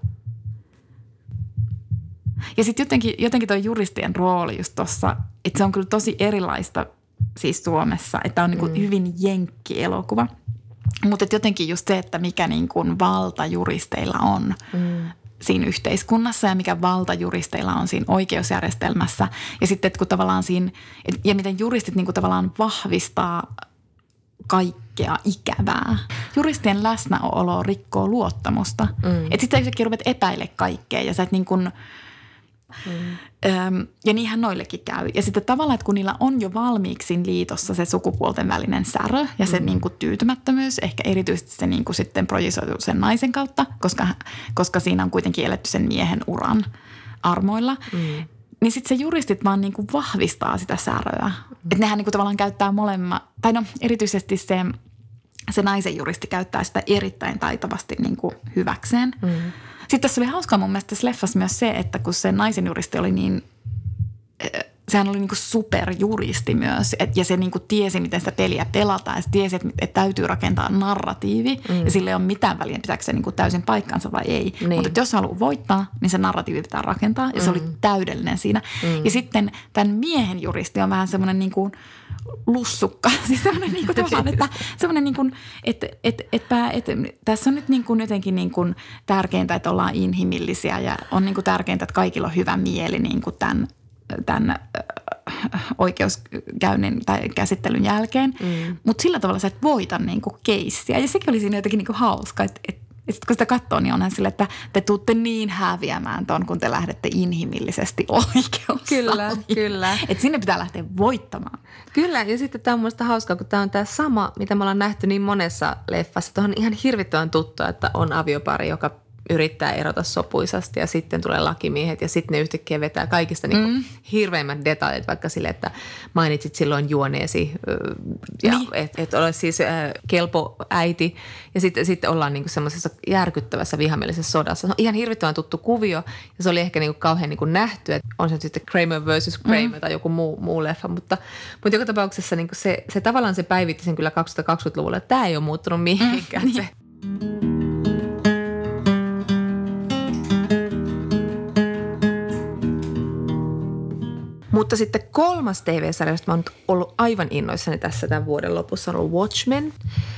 Ja sitten jotenkin, jotenkin tuo juristien rooli just tuossa, että se on kyllä tosi erilaista siis Suomessa, että on niin kuin mm. hyvin jenkkielokuva. Mutta jotenkin just se, että mikä niin kuin valta juristeilla on mm. siinä yhteiskunnassa ja mikä valta juristeilla on siinä oikeusjärjestelmässä. Ja sitten, että kun tavallaan siinä, ja miten juristit niin kuin tavallaan vahvistaa kaikkea ikävää. Juristien läsnäolo rikkoo luottamusta. Mm. Että sitten sä ruvet epäile kaikkea ja sä et niin kuin Mm. Öm, ja niinhän noillekin käy. Ja sitten tavallaan, että kun niillä on jo valmiiksi liitossa se sukupuolten välinen särö ja se mm. niin kuin tyytymättömyys, ehkä erityisesti se niin kuin sitten projisoitu sen naisen kautta, koska, koska siinä on kuitenkin eletty sen miehen uran armoilla, mm. niin sitten se juristit vaan niin kuin vahvistaa sitä säröä. Mm. Että nehän niin kuin tavallaan käyttää molemmat, tai no erityisesti se, se naisen juristi käyttää sitä erittäin taitavasti niin kuin hyväkseen. Mm. Sitten tässä oli hauskaa mun mielestä tässä leffassa myös se, että kun se naisen juristi oli niin, sehän oli niinku superjuristi myös. Et, ja se niinku tiesi, miten sitä peliä pelataan. Ja se tiesi, että et täytyy rakentaa narratiivi. Mm. Ja sillä ei ole mitään väliä, pitääkö se niinku täysin paikkansa vai ei. Niin. Mutta jos haluaa voittaa, niin se narratiivi pitää rakentaa. Ja se mm. oli täydellinen siinä. Mm. Ja sitten tämän miehen juristi on vähän semmoinen niinku lussukka. Siis semmoinen niinku tavallaan, että semmoinen niinku, että et, et, et, et, tässä on nyt niinku jotenkin niinku tärkeintä, että ollaan inhimillisiä. Ja on niinku tärkeintä, että kaikilla on hyvä mieli niinku tämän tämän oikeuskäynnin tai käsittelyn jälkeen. Mm. Mutta sillä tavalla sä et voita niinku keissiä. Ja sekin oli siinä jotenkin niinku hauska, että et, et kun sitä katsoo, niin onhan sille, että te tuutte niin häviämään ton, kun te lähdette inhimillisesti oikeussaliin. Kyllä, kyllä. Että sinne pitää lähteä voittamaan. Kyllä, ja sitten tämä on mielestäni hauskaa, kun tämä on tämä sama, mitä me ollaan nähty niin monessa leffassa. Tuohon ihan hirvittävän tuttua, että on aviopari, joka yrittää erota sopuisasti ja sitten tulee lakimiehet ja sitten ne yhtäkkiä vetää kaikista niin kuin mm. hirveimmät detaljit, vaikka sille, että mainitsit silloin juoneesi ja niin. että et ole siis äh, kelpo äiti ja sitten, sitten ollaan niin kuin semmoisessa järkyttävässä vihamielisessä sodassa. Se on ihan hirvittävän tuttu kuvio ja se oli ehkä niin kuin kauhean niin kuin nähty, että on se sitten Kramer versus Kramer mm. tai joku muu, muu leffa, mutta, mutta joka tapauksessa niin kuin se, se tavallaan se päivitti sen kyllä kaksituhattakaksikymmentäluvulla, että tämä ei ole muuttunut mihinkään mm. se. Mutta sitten kolmas T V-sarja, josta mä oon ollut aivan innoissani tässä tämän vuoden lopussa, on ollut Watchmen.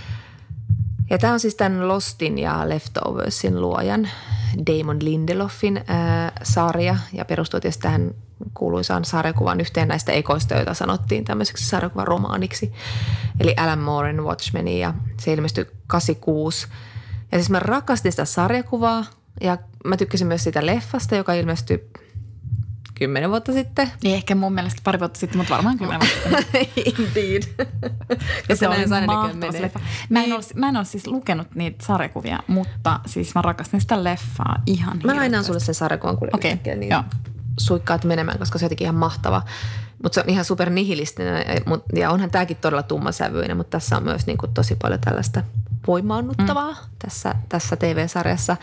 Ja tämä on siis tämän Lostin ja Leftoversin luojan Damon Lindelofin ää, sarja. Ja perustuu tietysti tähän kuuluisaan sarjakuvan yhteen näistä ekoista, joita sanottiin tämmöiseksi sarjakuvaromaaniksi. Eli Alan Mooren Watchmeni ja se ilmestyi kahdeksankymmentäkuusi. Ja siis mä rakastin sitä sarjakuvaa ja mä tykkäsin myös siitä leffasta, joka ilmestyi kymmenen vuotta sitten. Niin ehkä mun mielestä pari vuotta sitten, mutta varmaan kymmenen vuotta sitten. Indeed. Ja se oli mahtava leffa. Mä en, ole, mä en ole siis lukenut niitä sarjakuvia, mutta siis mä rakastin sitä leffaa ihan hirveästi. Mä lainaan sulle sen sarjakuvan, kun okay. yhtäkkiä niin suikkaat menemään, koska se on jotenkin ihan mahtava. Mutta se on ihan super nihilistinen ja onhan tämäkin todella tummasävyinen, mutta tässä on myös niin kuin tosi paljon tällaista voimaannuttavaa mm. tässä, tässä T V-sarjassa.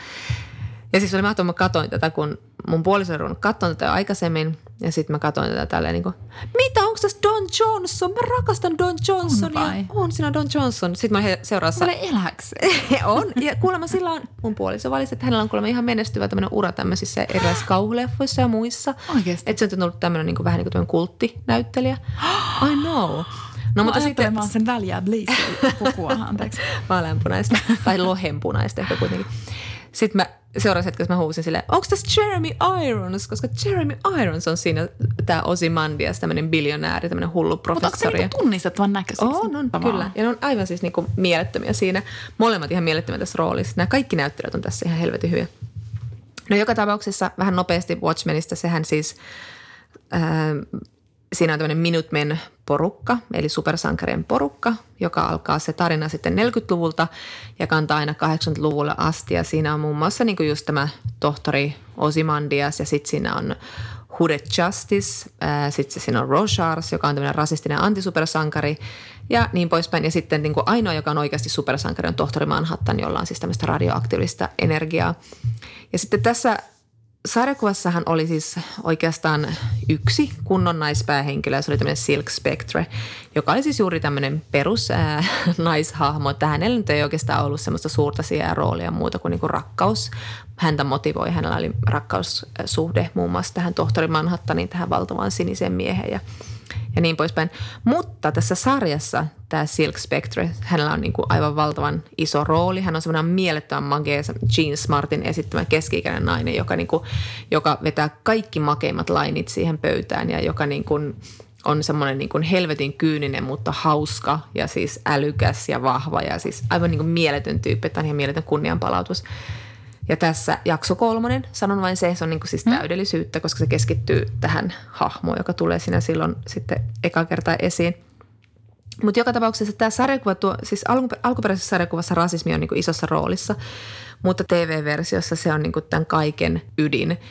Ja siis oli mahtavaa, mä katsoin tätä, kun mun puoliso oli ruvennut katsomaan tätä aikaisemmin. Ja sitten mä katsoin tätä tälleen niin kuin, mitä, onko tässä Don Johnson? Mä rakastan Don Johnsonia. On, on siinä Don Johnson. Sitten mä seuraassa. Mä olen eläksi. On. Ja kuulemma sillä on, mun puoliso valisi, että hänellä on kuulemma ihan menestyvä tämmöinen ura tämmöisissä erilaisissa kauhuleffoissa ja muissa. Oikeasti? Että se on tullut tämmöinen niin kuin, vähän niin kuin tämmöinen kulttinäyttelijä. I know. No, mutta sitten mä oon sen väliä blazer-pukua, anteeksi. Vaaleanpunaista tai lohenpunaista ehkä kuitenkin. Sitten mä seuraavassa hetkessä mä huusin silleen, onko tässä Jeremy Irons? Koska Jeremy Irons on siinä tämä Ozymandias, tämmöinen biljonääri, tämmöinen hullu professori. Mutta onko se niinku tunnistettavan näköisiä? On, on, kyllä. Ja ne on aivan siis niinku mielettömiä siinä. Molemmat ihan mielettömiä tässä roolissa. Nämä kaikki näyttelijät on tässä ihan helvetin hyviä. No joka tapauksessa vähän nopeasti Watchmenista, sehän siis, äh, siinä on tämmöinen Minutemen-porukka, eli supersankarien porukka, joka alkaa se tarina sitten neljäkymmentäluvulta ja kantaa aina kahdeksankymmentäluvulle asti. Ja siinä on muun muassa niin kuin just tämä tohtori Ozymandias ja sitten siinä on Hooded Justice, sitten siinä on Rorschach, joka on tämmöinen rasistinen antisupersankari ja niin poispäin. Ja sitten niin kuin ainoa, joka on oikeasti supersankari, on tohtori Manhattan, jolla on siis tämmöistä radioaktiivista energiaa. Ja sitten tässä sarjakuvassahan oli siis oikeastaan yksi kunnon naispäähenkilö, ja se oli tämmöinen Silk Spectre, joka oli siis juuri tämmöinen perus ää, naishahmo, että hänellä nyt ei oikeastaan ollut semmoista suurta sijaa roolia muuta kuin, niin kuin rakkaus. Häntä motivoi, hänellä oli rakkaussuhde muun muassa tähän tohtori Manhattaniin, tähän valtavaan siniseen mieheen ja ja niin poispäin. Mutta tässä sarjassa tämä Silk Spectre, hänellä on niin kuin aivan valtavan iso rooli. Hän on semmoinen mielettömän makea Jean Smartin esittämä keski-ikäinen nainen, joka, niin kuin, joka vetää kaikki makeimmat lainit siihen pöytään ja joka niin kuin on semmoinen niin kuin helvetin kyyninen, mutta hauska ja siis älykäs ja vahva ja siis aivan niin kuin mieletön tyyppi. Tämä on ihan mieletön kunnianpalautus. Ja tässä jakso kolmonen, sanon vain se, se on niin kuin siis täydellisyyttä, koska se keskittyy tähän hahmoon, joka tulee siinä silloin sitten eka kertaa esiin. Mutta joka tapauksessa tämä sarjakuva, tuo, siis alkuperäisessä sarjakuvassa rasismi on niin kuin isossa roolissa, mutta T V-versiossa se on niin kuin tämän kaiken ydin.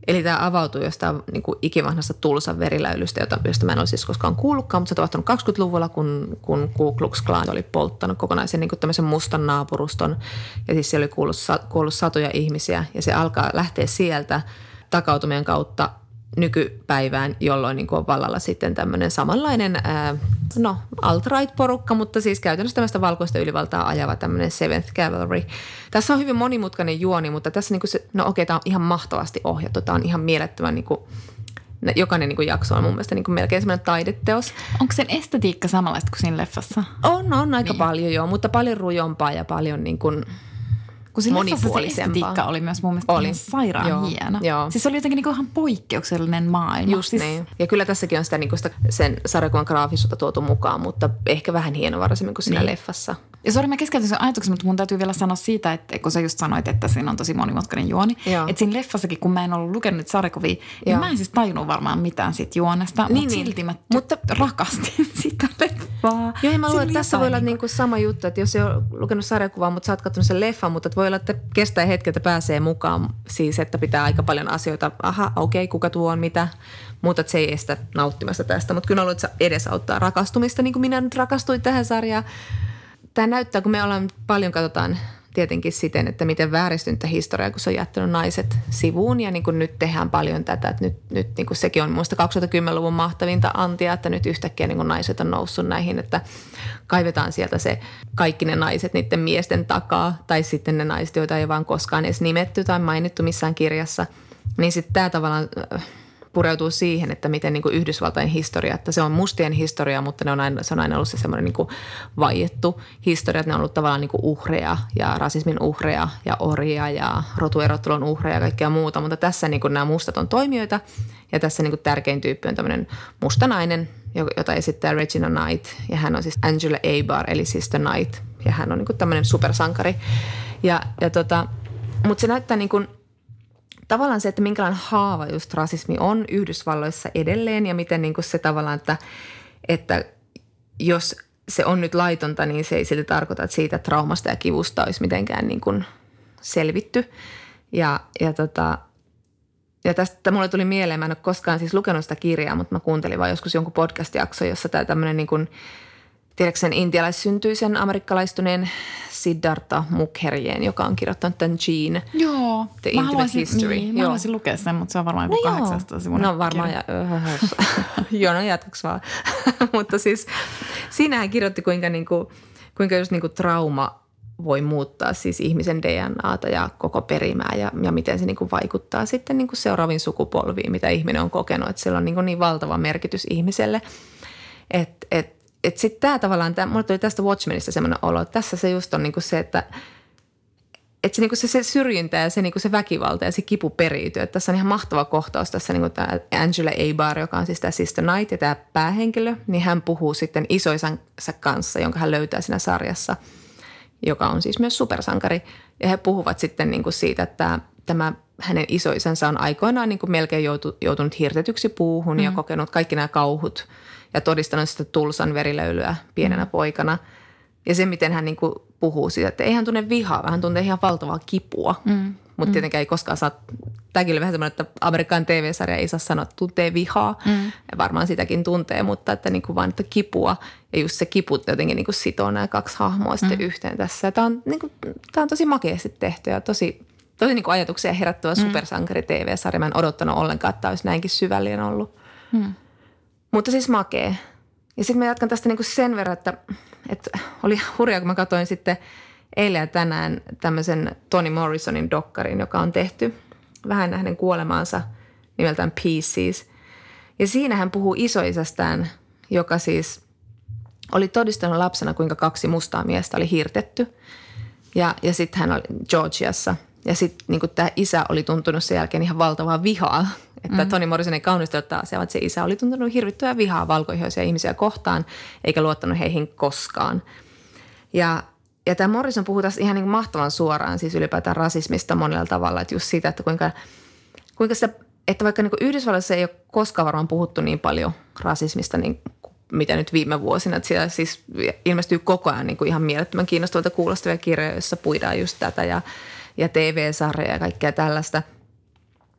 Eli tämä avautui jostain niin kuin ikivanhasta Tulsan veriläilystä, jota, josta mä en ole siis koskaan kuullutkaan, mutta se on tapahtunut kaksikymmentäluvulla, kun, kun Ku Klux Klan oli polttanut kokonaisen niin kuin tämmöisen mustan naapuruston. Ja siis siellä oli kuollut, kuollut satoja ihmisiä ja se alkaa lähteä sieltä takautumien kautta nykypäivään, jolloin niin kuin on vallalla sitten tämmöinen samanlainen, ää, no alt-right-porukka, mutta siis käytännössä tämmöistä valkoista ylivaltaa ajava tämmöinen Seventh Cavalry. Tässä on hyvin monimutkainen juoni, mutta tässä niin kuin se, no okei, tämä on ihan mahtavasti ohjattu. Tämä on ihan mielettömän, niin kuin, jokainen niin kuin jakso on mun mielestä niin kuin melkein semmoinen taideteos. Onko sen estetiikka samanlaista kuin siinä leffassa? On, on aika niin. paljon joo, mutta paljon rujompaa ja paljon niin kuin kun siinä leffassa se estetiikka oli myös mun mielestä oli. Ihan sairaan joo, hieno. Joo. Siis se oli jotenkin niinku ihan poikkeuksellinen maailma. Just siis... niin. Ja kyllä tässäkin on sitä, niinku sitä sen sarjakuvan graafisuutta tuotu mukaan, mutta ehkä vähän hienovaraisemmin kuin siinä niin. leffassa. Ja sori, mä keskeytin sen ajatuksen, mutta mun täytyy vielä sanoa siitä, että kun sä just sanoit, että siinä on tosi monimutkainen juoni. Joo. Että siinä leffassakin, kun mä en ollut lukenut niitä sarjakuvia, niin joo. mä en siis tajunnut varmaan mitään siitä juonesta, niin, mutta niin. silti mä mutta... rakastin sitä leffaa. Joo, ja mä luulen, että tässä voi olla niinku sama juttu, että jos ei ole lukenut sarjakuvaa, mutta sä oot katsonut sen leffan, mutta voi olla, että kestää hetki, että pääsee mukaan. Siis, että pitää aika paljon asioita, aha, okei, okay, kuka tuo on mitä, mutta se ei estä nauttimasta tästä. Mutta kyllä mä luulen, että se edesauttaa rakastumista, niin kuin minä nyt rakastuin tähän sarjaan. Tämä näyttää, kun me ollaan paljon katsotaan tietenkin siten, että miten vääristyntä historiaa, kun se on jättänyt naiset sivuun. Ja niin kuin nyt tehdään paljon tätä, että nyt, nyt niin kuin sekin on minusta kaksituhattakymmenluvun mahtavinta antia, että nyt yhtäkkiä niin kuin naiset on noussut näihin, että kaivetaan sieltä se kaikki ne naiset niiden miesten takaa tai sitten ne naiset, joita ei vaan koskaan edes nimetty tai mainittu missään kirjassa. Niin sitten tämä tavallaan pureutuu siihen, että miten niin kuin Yhdysvaltain historia, että se on mustien historia, mutta ne on aina, se on aina ollut se semmoinen niin kuin vaiettu historia, että ne on ollut tavallaan niin kuin uhreja ja rasismin uhreja ja orjia ja rotuerottelun uhreja ja kaikkea muuta, mutta tässä niin kuin nämä mustat on toimijoita ja tässä niin kuin tärkein tyyppi on tämmöinen musta nainen, jota esittää Regina Knight ja hän on siis Angela Abar eli Sister Knight ja hän on niin kuin tämmöinen supersankari ja, ja tota, mutta se näyttää niin kuin tavallaan se, että minkälainen haava just rasismi on Yhdysvalloissa edelleen ja miten niin kuin se tavallaan, että, että jos se on nyt laitonta, niin se ei silti tarkoita, että siitä traumasta ja kivusta olisi mitenkään niin kuin selvitty. Ja, ja, tota, ja tästä mulle tuli mieleen, mä en ole koskaan siis lukenut sitä kirjaa, mutta mä kuuntelin vaan joskus jonkun podcast-jakso, jossa tämä tämmöinen niin kuin, tiedätkö sen intialaissyntyisen amerikkalaistuneen Siddhartha Mukherjeen, joka on kirjoittanut tämän Gene. Joo, The mä Intimate haluaisin, History. Niin, mä haluaisin lukea sen, mutta se on varmaan no joku kahdeksasta sivun. No varmaan, ja, joo, no jatkuks vaan. Mutta siis siinä hän kirjoitti, kuinka, niinku, kuinka just niinku trauma voi muuttaa siis ihmisen D N A:ta ja koko perimää ja, ja miten se niinku vaikuttaa sitten niinku seuraaviin sukupolviin, mitä ihminen on kokenut. Että sillä on niinku niin valtava merkitys ihmiselle, että et, Että sitten tämä tavallaan, tää, mulle tuli tästä Watchmenista semmoinen olo, että tässä se just on niinku se, että et se, niinku se, se syrjintä ja se, niinku se väkivalta ja se kipu periytyy. Että tässä on ihan mahtava kohtaus tässä niinku tämä Angela Abar, joka on siis tämä Sister Knight ja tämä päähenkilö, niin hän puhuu sitten isoisansa kanssa, jonka hän löytää siinä sarjassa, joka on siis myös supersankari. Ja he puhuvat sitten niinku siitä, että tämä hänen isoisansa on aikoinaan niinku melkein joutu, joutunut hirtetyksi puuhun mm. ja kokenut kaikki nämä kauhut ja todistanut sitä Tulsan verilöylyä pienenä mm. poikana. Ja se, miten hän niin kuin puhuu siitä, että ei hän tunne vihaa, vaan hän tuntee ihan valtavaa kipua. Mm. Mutta mm. tietenkään ei koskaan saa, tämäkin oli vähän semmoinen, että Amerikan T V-sarja ei saa sanoa, että tuntee vihaa. Mm. Ja varmaan sitäkin tuntee, mutta että niin kuin vaan, että kipua. Ja just se kipu jotenkin niin kuin sitoo nämä kaksi hahmoa sitten mm. yhteen tässä. Tämä on, niin kuin, tämä on tosi makeasti tehty ja tosi, tosi niin kuin ajatuksia herättävä mm. supersankari T V-sarja. Mä en odottanut ollenkaan, että tämä olisi näinkin syvällinen ollut. Mm. Mutta siis makee. Ja sitten mä jatkan tästä niinku sen verran, että, että oli hurjaa, kun mä katsoin sitten eilen ja tänään tämmöisen Toni Morrisonin dokkarin, joka on tehty vähän hänen kuolemaansa nimeltään Pieces. Ja siinä hän puhuu isoisästään, joka siis oli todistanut lapsena, kuinka kaksi mustaa miestä oli hirtetty. Ja, ja sitten hän oli Georgiassa. Ja sitten niin tämä isä oli tuntunut sen jälkeen ihan valtavaa vihaa. Että mm. Toni Morrison ei kaunistella taas, että se isä oli tuntunut hirvittävää vihaa valkoihoisia ihmisiä kohtaan, eikä luottanut heihin koskaan. Ja, ja tämä Morrison puhuu tässä ihan niin kuin mahtavan suoraan, siis ylipäätään rasismista monella tavalla. Että just siitä, että kuinka, kuinka sitä, että vaikka niin kuin Yhdysvalloissa ei ole koskaan varmaan puhuttu niin paljon rasismista, niin mitä nyt viime vuosina. Että siellä siis ilmestyy koko ajan niin kuin ihan mielettömän kiinnostavalta kuulostavia kirjoja, joissa puidaan just tätä ja, ja T V-sarjoja ja kaikkea tällaista.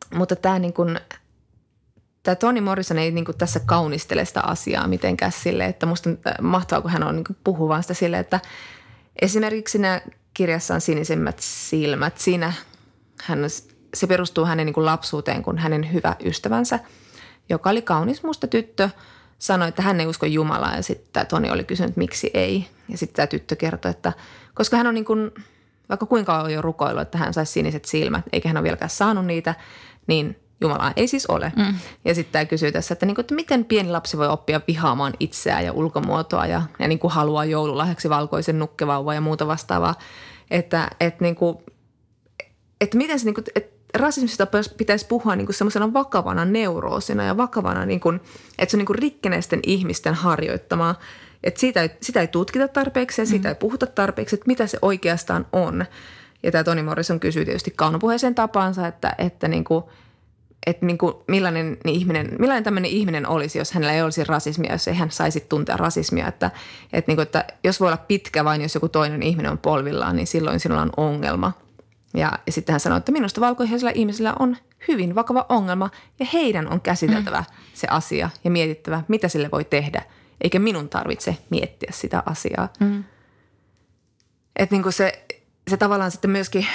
mutta tämä niin kuin, tämä Toni Morrison ei niin kuin tässä kaunistele sitä asiaa mitenkään silleen, että musta mahtavaa, kun hän on niin kuin puhuu vaan sitä silleen, että esimerkiksi siinä kirjassa on sinisemmät silmät. Siinä hän, se perustuu hänen niin kuin lapsuuteen, kun hänen hyvä ystävänsä, joka oli kaunis musta tyttö, sanoi, että hän ei usko Jumalaa ja sitten Toni oli kysynyt, miksi ei. Ja sitten tämä tyttö kertoi, että koska hän on niin kuin, vaikka kuinka on jo rukoillut, että hän saisi siniset silmät, eikä hän ole vieläkään saanut niitä, niin Jumalaa ei siis ole. Mm. Ja sitten tämä kysyy tässä, että, niin kuin, että miten pieni lapsi voi oppia vihaamaan itseään ja ulkomuotoa ja, ja niin kuin haluaa joululahjaksi valkoisen nukkevauvan ja muuta vastaavaa. Että, että, niin kuin, että miten se, niin kuin, että rasismista pitäisi puhua niin kuin semmoisena vakavana neuroosina ja vakavana, niin kuin, että se on niin kuin rikkeneisten ihmisten harjoittamaa. Että sitä ei, sitä ei tutkita tarpeeksi ja siitä mm. ei puhuta tarpeeksi, että mitä se oikeastaan on. Ja tämä Toni Morrison kysyy tietysti kaunopuheeseen tapaansa, että, että, niin kuin, että niin kuin millainen, ihminen, millainen tämmöinen ihminen olisi, jos hänellä ei olisi rasismia, jos ei hän saisi tuntea rasismia. Että, että, niin kuin, että jos voi olla pitkä vain, jos joku toinen ihminen on polvillaan, niin silloin sinulla on ongelma. Ja, ja sitten hän sanoi, että minusta valkoihaisilla ihmisillä on hyvin vakava ongelma ja heidän on käsiteltävä mm. se asia ja mietittävä, mitä sille voi tehdä. Eikä minun tarvitse miettiä sitä asiaa. Mm. Että niin kuin se, se tavallaan sitten myöskin,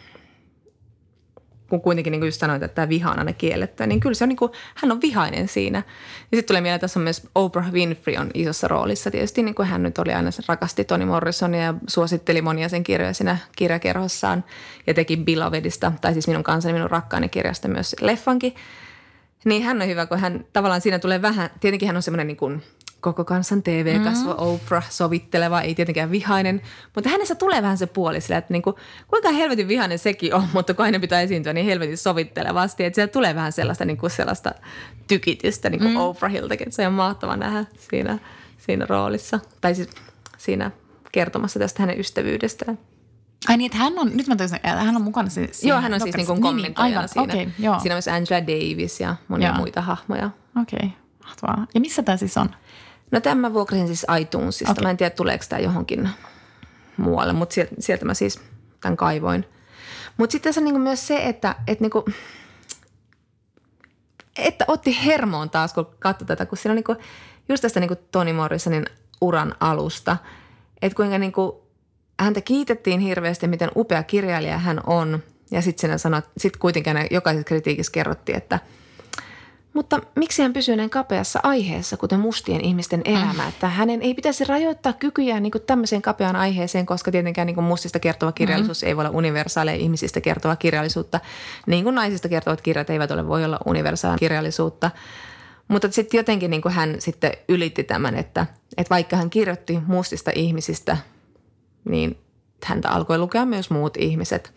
kun kuitenkin niin kuin just sanoit, että tämä viha on aina kiellettyä, niin kyllä se on niin kuin, hän on vihainen siinä. Ja sitten tulee mieleen, että tässä on myös Oprah Winfrey on isossa roolissa. Tietysti niin kuin hän nyt oli aina, rakasti Toni Morrisonia ja suositteli monia sen kirjoja siinä kirjakerhossaan ja teki Belovedista, tai siis minun kansani, minun rakkaani kirjasta myös leffankin. Niin hän on hyvä, kun hän tavallaan siinä tulee vähän, tietenkin hän on semmoinen niin kuin koko kansan T V-kasvo, mm-hmm. Oprah, sovitteleva, ei tietenkään vihainen, mutta hänessä tulee vähän se puoli sillä, että niinku, kuinka helvetin vihainen sekin on, mutta kun aina pitää esiintyä niin helvetin sovittelevasti, että siellä tulee vähän sellaista, niinku sellaista tykitystä niinku mm. Oprahiltakin, että se on mahtava nähdä siinä, siinä roolissa, tai siis siinä kertomassa tästä hänen ystävyydestään. Ai niin, että hän on, nyt mä toisin, että hän on mukana siinä. Joo, hän on siis niinku kommentoijana niin, siinä. Okay, joo. Siinä on myös Angela Davis ja monia joo. muita hahmoja. Okei, okay. Mahtavaa. Ja missä tämä siis on? No tämän mä vuokrasin siis iTunesista. Okay. Mä en tiedä, tuleeko tämä johonkin muualle, mutta sieltä, sieltä mä siis tämän kaivoin. Mutta sitten tässä on niinku myös se, että, että, niinku, että otti hermoon taas, kun katsoi tätä, kun siinä on niinku, just tästä niinku Toni Morrisonin uran alusta, että kuinka niinku, häntä kiitettiin hirveästi, miten upea kirjailija hän on. Ja sitten sit kuitenkin jokaisessa kritiikissä kerrottiin, että mutta miksi hän pysyy näin kapeassa aiheessa, kuten mustien ihmisten elämä, mm. että hänen ei pitäisi rajoittaa kykyjään niin kuin tämmöiseen kapeaan aiheeseen, koska tietenkään niin kuin mustista kertova kirjallisuus mm. ei voi olla universaaleja ihmisistä kertova kirjallisuutta, niin kuin naisista kertovat kirjat eivät ole voi olla universaalia kirjallisuutta. Mutta sitten jotenkin niin kuin hän sitten ylitti tämän, että, että vaikka hän kirjoitti mustista ihmisistä, niin häntä alkoi lukea myös muut ihmiset.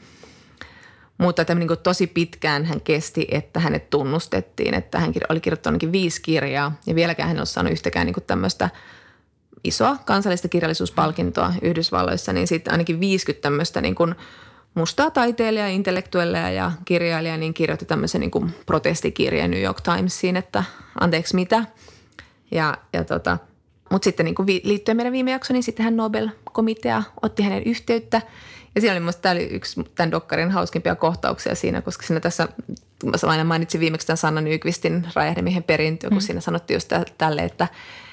Mutta että niin kuin tosi pitkään hän kesti, että hänet tunnustettiin, että hän oli kirjoittanut ainakin viisi kirjaa ja vieläkään hän ei ole saanut yhtäkään niin kuin tämmöistä isoa kansallista kirjallisuuspalkintoa Yhdysvalloissa, niin sitten ainakin viisikymmentä tämmöistä niin kuin mustaa taiteilijaa, intellektuelleja ja kirjailijaa, niin kirjoitti tämmöisen niin kuin protestikirjeen New York Timesiin, että anteeksi mitä. Ja, ja tota, mutta sitten niin kuin liittyen meidän viime jaksoon, niin sittenhän Nobel-komitea otti hänen yhteyttä. Ja siinä oli minusta, tämä oli yksi tämän dokkarin hauskimpia kohtauksia siinä, koska siinä tässä, mä aina mainitsin viimeksi tämän Sanna Nykvistin Räjähdemiehen perintö, kun mm. siinä sanottiin just tälle, että,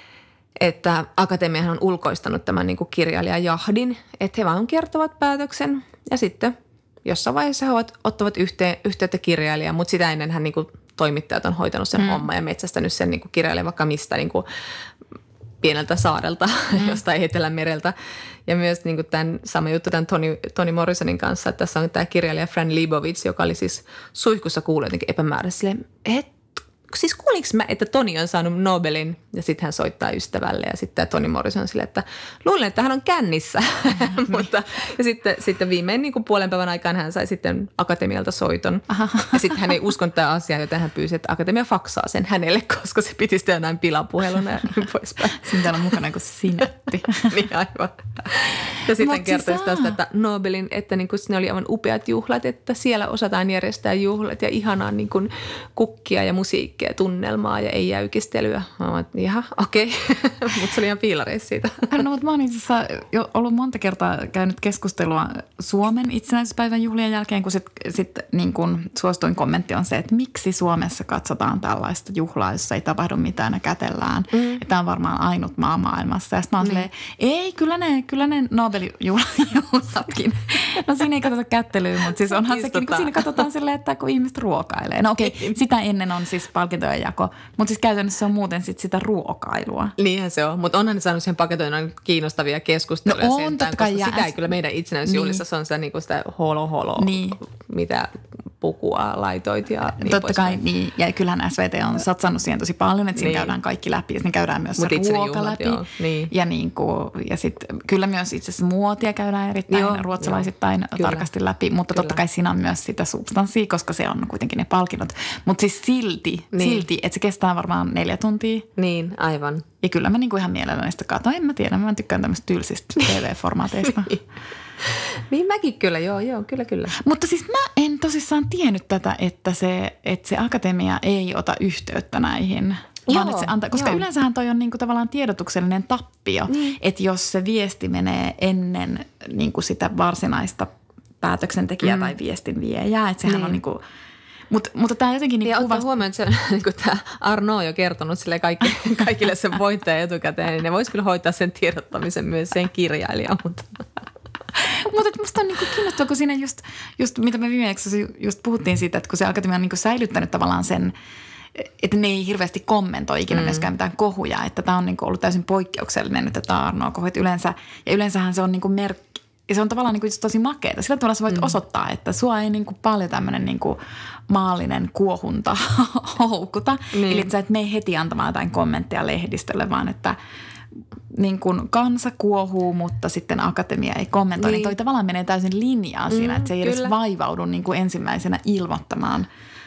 että akatemiahan on ulkoistanut tämän niin kuin kirjailijajahdin, että he vaan kertovat päätöksen ja sitten jossain vaiheessa he ottavat yhteen, yhteyttä kirjailijaan, mutta sitä ennen hän niin kuin toimittajat on hoitanut sen mm. homman ja metsästänyt sen niin kuin kirjailijan vaikka mistä niin kuin pieneltä saarelta, mm. jostain Etelämereltä. Ja myös niin kuin tämän sama juttu tämän Toni, Toni Morrisonin kanssa, että tässä on tämä kirjailija Fran Lebowitz, joka oli siis suihkussa kuullut jotenkin epämääräisesti silleen, että siis kuulinko mä, että Toni on saanut Nobelin ja sitten hän soittaa ystävälle ja sitten Toni Morrison silleen, että luulen, että hän on kännissä. Mutta ja sitten, sitten viimein niin kuin puolen päivän aikaan hän sai sitten akatemialta soiton. Aha. Ja sitten hän ei uskonut tämä asiaa, joten hän pyysi, että akatemia faksaa sen hänelle, koska se piti sitä näin pilapuheluna ja niin poispäin. Siinä täällä on mukana kuin sinetti. Niin aivan. Ja sitten kertoi tästä, että Nobelin, että niin kuin ne oli aivan upeat juhlat, että siellä osataan järjestää juhlat ja ihanaa niin kuin kukkia ja musiikkia. Tunnelmaa ja ei jäykistelyä. Jaha, okei. Okay. Mutta se oli ihan piilareissa siitä. No, mutta mä oon itse asiassa jo ollut monta kertaa käynyt keskustelua Suomen itsenäisyyspäivän juhlien jälkeen, kun sitten sit, niin kun suosituin kommentti on se, että miksi Suomessa katsotaan tällaista juhlaa, jossa ei tapahdu mitään ja kätellään. Mm. Että tämä on varmaan ainut maa maailmassa. Ja sitten mä oon mm. silleen, ei, kyllä ne, kyllä ne Nobel-juhlatkin. No siinä ei katsota kättelyä, mutta siis onhan sekin, kun siinä katsotaan silleen, että kun ihmiset ruokailee. No okei, okay, sitä ennen on siis palkintojen jako, mutta siis käytännössä on muuten sit sitä ruokailua. Niinhän se on, mutta onhan ne saanut siihen paketoinnin kiinnostavia keskusteluja. No on, totta kai. Sitä ei kyllä meidän itsenäisyysjuhlissa, niin. Se on sitä, niin kuin sitä holo holo, niin. Mitä pukua laitoit ja niin totta kai, niin. Ja kyllähän S V T on satsannut siihen tosi paljon, että siinä niin. käydään kaikki läpi ja siinä käydään myös Mut se ruoka läpi. Niin. Ja, niin kuin, ja sitten kyllä myös itse asiassa muotia käydään erittäin joo, ruotsalaisittain joo, tarkasti läpi, mutta kyllä. Totta kai siinä on myös sitä substanssia, koska se on kuitenkin ne palkinnot. Mutta siis silti, niin. silti, että se kestää varmaan neljä tuntia. Niin, aivan. Ja kyllä mä niinku ihan mielelläni sitä katsoin. En mä tiedä, mä tykkään tämmöistä tylsistä T V-formaateista. Niin mäkin kyllä, joo, joo, kyllä, kyllä. Mutta siis mä en tosissaan tiennyt tätä, että se, että se akatemia ei ota yhteyttä näihin. Joo, vaan että se antaa, koska joo. Yleensähän toi on niinku tavallaan tiedotuksellinen tappio, niin. Että jos se viesti menee ennen niinku sitä varsinaista päätöksentekijää mm. tai viestin viejää, että sehän niin. on niinku... Mut, mutta tämä jotenkin... Niin ja kuvast... ottaa huomioon, että se, niin tämä Arno on jo kertonut sille kaikki, kaikille sen voittajan etukäteen, niin ne vois kyllä hoitaa sen tiedottamisen myös sen kirjailijan, mutta... Mutta musta on niinku kiinnostavaa, kun siinä just, just mitä me viimeksi just puhuttiin siitä, että kun se akatemia on niinku säilyttänyt tavallaan sen, että ne ei hirveästi kommentoi ikinä mm. myöskään mitään kohuja, että tämä on niinku ollut täysin poikkeuksellinen, että tämä Arnoa kohuit yleensä, ja yleensähän se on niinku merkki. Ja se on tavallaan niin kuin tosi makeata. Sillä tavalla sä voit mm. osoittaa, että sua ei niin kuin paljon tämmöinen niin kuin maallinen kuohunta houkuta. Niin. Eli että sä et mene heti antamaan jotain kommentteja lehdistölle, vaan että niin kuin kansa kuohuu, mutta sitten akatemia ei kommentoi. Niin, niin toi tavallaan menee täysin linjaa siinä, mm, että se ei kyllä. edes vaivaudu niin kuin ensimmäisenä ilmoittamaan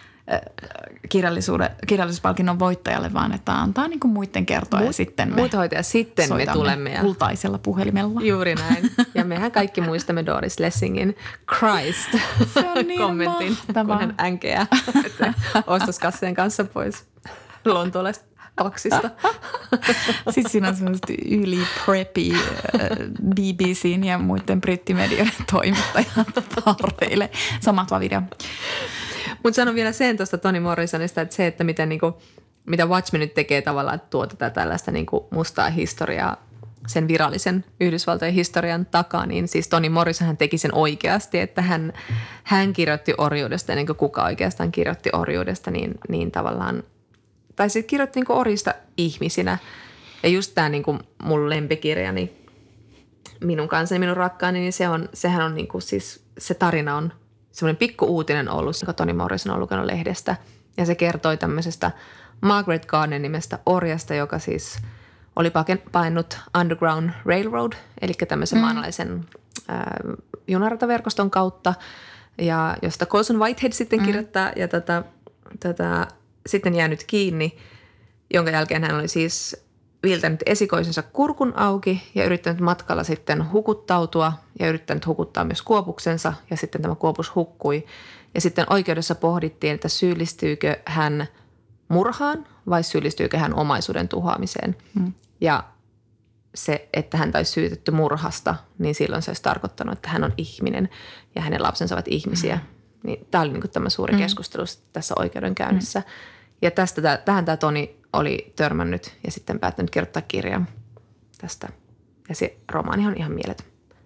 kirjallisuuspalkinnon voittajalle, vaan että antaa niin kuin muiden kertoa Mut, ja sitten me muut hoitaa, sitten me tulemme. Ja... kultaisella puhelimella. Juuri näin. Ja mehän kaikki muistamme Doris Lessingin Christ-kommentin, niin kun hän änkeää ostoskasseen kanssa pois Lontoolaista kaksista. Siis siinä on semmoista yli preppy B B C:n ja muiden brittimedioiden toimittajat tarveille. Samat vaan video. Mutta sanon vielä sen tuosta Toni Morrisonista, että se, että miten, niinku, mitä Watchmen nyt tekee tavallaan, että tuo tätä tällaista niinku mustaa historiaa sen virallisen Yhdysvaltojen historian takaa, niin siis Toni Morrison hän teki sen oikeasti, että hän, hän kirjoitti orjuudesta, ennen kuin kuka oikeastaan kirjoitti orjuudesta, niin, niin tavallaan, tai sitten kirjoitti niinku orjista ihmisinä. Ja just tämä niinku mun lempikirjani, minun kanssani, minun rakkaani, niin se on, sehän on niinku siis, se tarina on semmoinen pikku uutinen ollut, jonka Toni Morrison on lukenut lehdestä. Ja se kertoi tämmöisestä Margaret Garden nimestä orjasta, joka siis oli painut Underground Railroad, eli tämmöisen mm. maanalaisen äh, junarataverkoston kautta, ja josta Colson Whitehead sitten mm. kirjoittaa, ja tätä, tätä, sitten jäänyt kiinni, jonka jälkeen hän oli siis viiltänyt esikoisensa kurkun auki ja yrittänyt matkalla sitten hukuttautua ja yrittänyt hukuttaa myös kuopuksensa ja sitten tämä kuopus hukkui. Ja sitten oikeudessa pohdittiin, että syyllistyykö hän murhaan vai syyllistyykö hän omaisuuden tuhoamiseen. Mm. Ja se, että hän olisi syytetty murhasta, niin silloin se olisi tarkoittanut, että hän on ihminen ja hänen lapsensa ovat ihmisiä. Mm. Niin tämä oli niin kuin tämä suuri mm. keskustelu tässä oikeudenkäynnissä. Mm. Ja tästä, tähän tämä Toni oli törmännyt ja sitten päättänyt kirjoittaa kirjan tästä. Ja se romaani on ihan mieletön.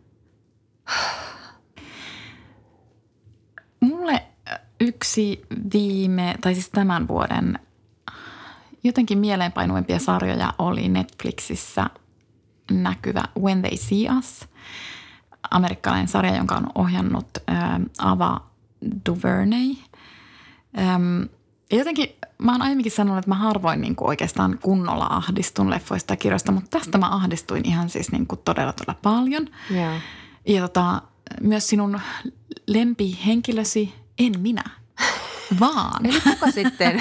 Mulle yksi viime, tai siis tämän vuoden jotenkin mieleenpainuimpia sarjoja oli Netflixissä näkyvä When They See Us. Amerikkalainen sarja, jonka on ohjannut ä, Ava DuVernay. Äm, jotenkin mä oon aiemminkin sanonut, että mä harvoin niin kuin oikeastaan kunnolla ahdistun leffoista ja kirjoista, mutta tästä mä ahdistuin ihan siis niin kuin todella todella paljon. Yeah. Ja tota, myös sinun lempihenkilösi, en minä, vaan. Eli kuka sitten?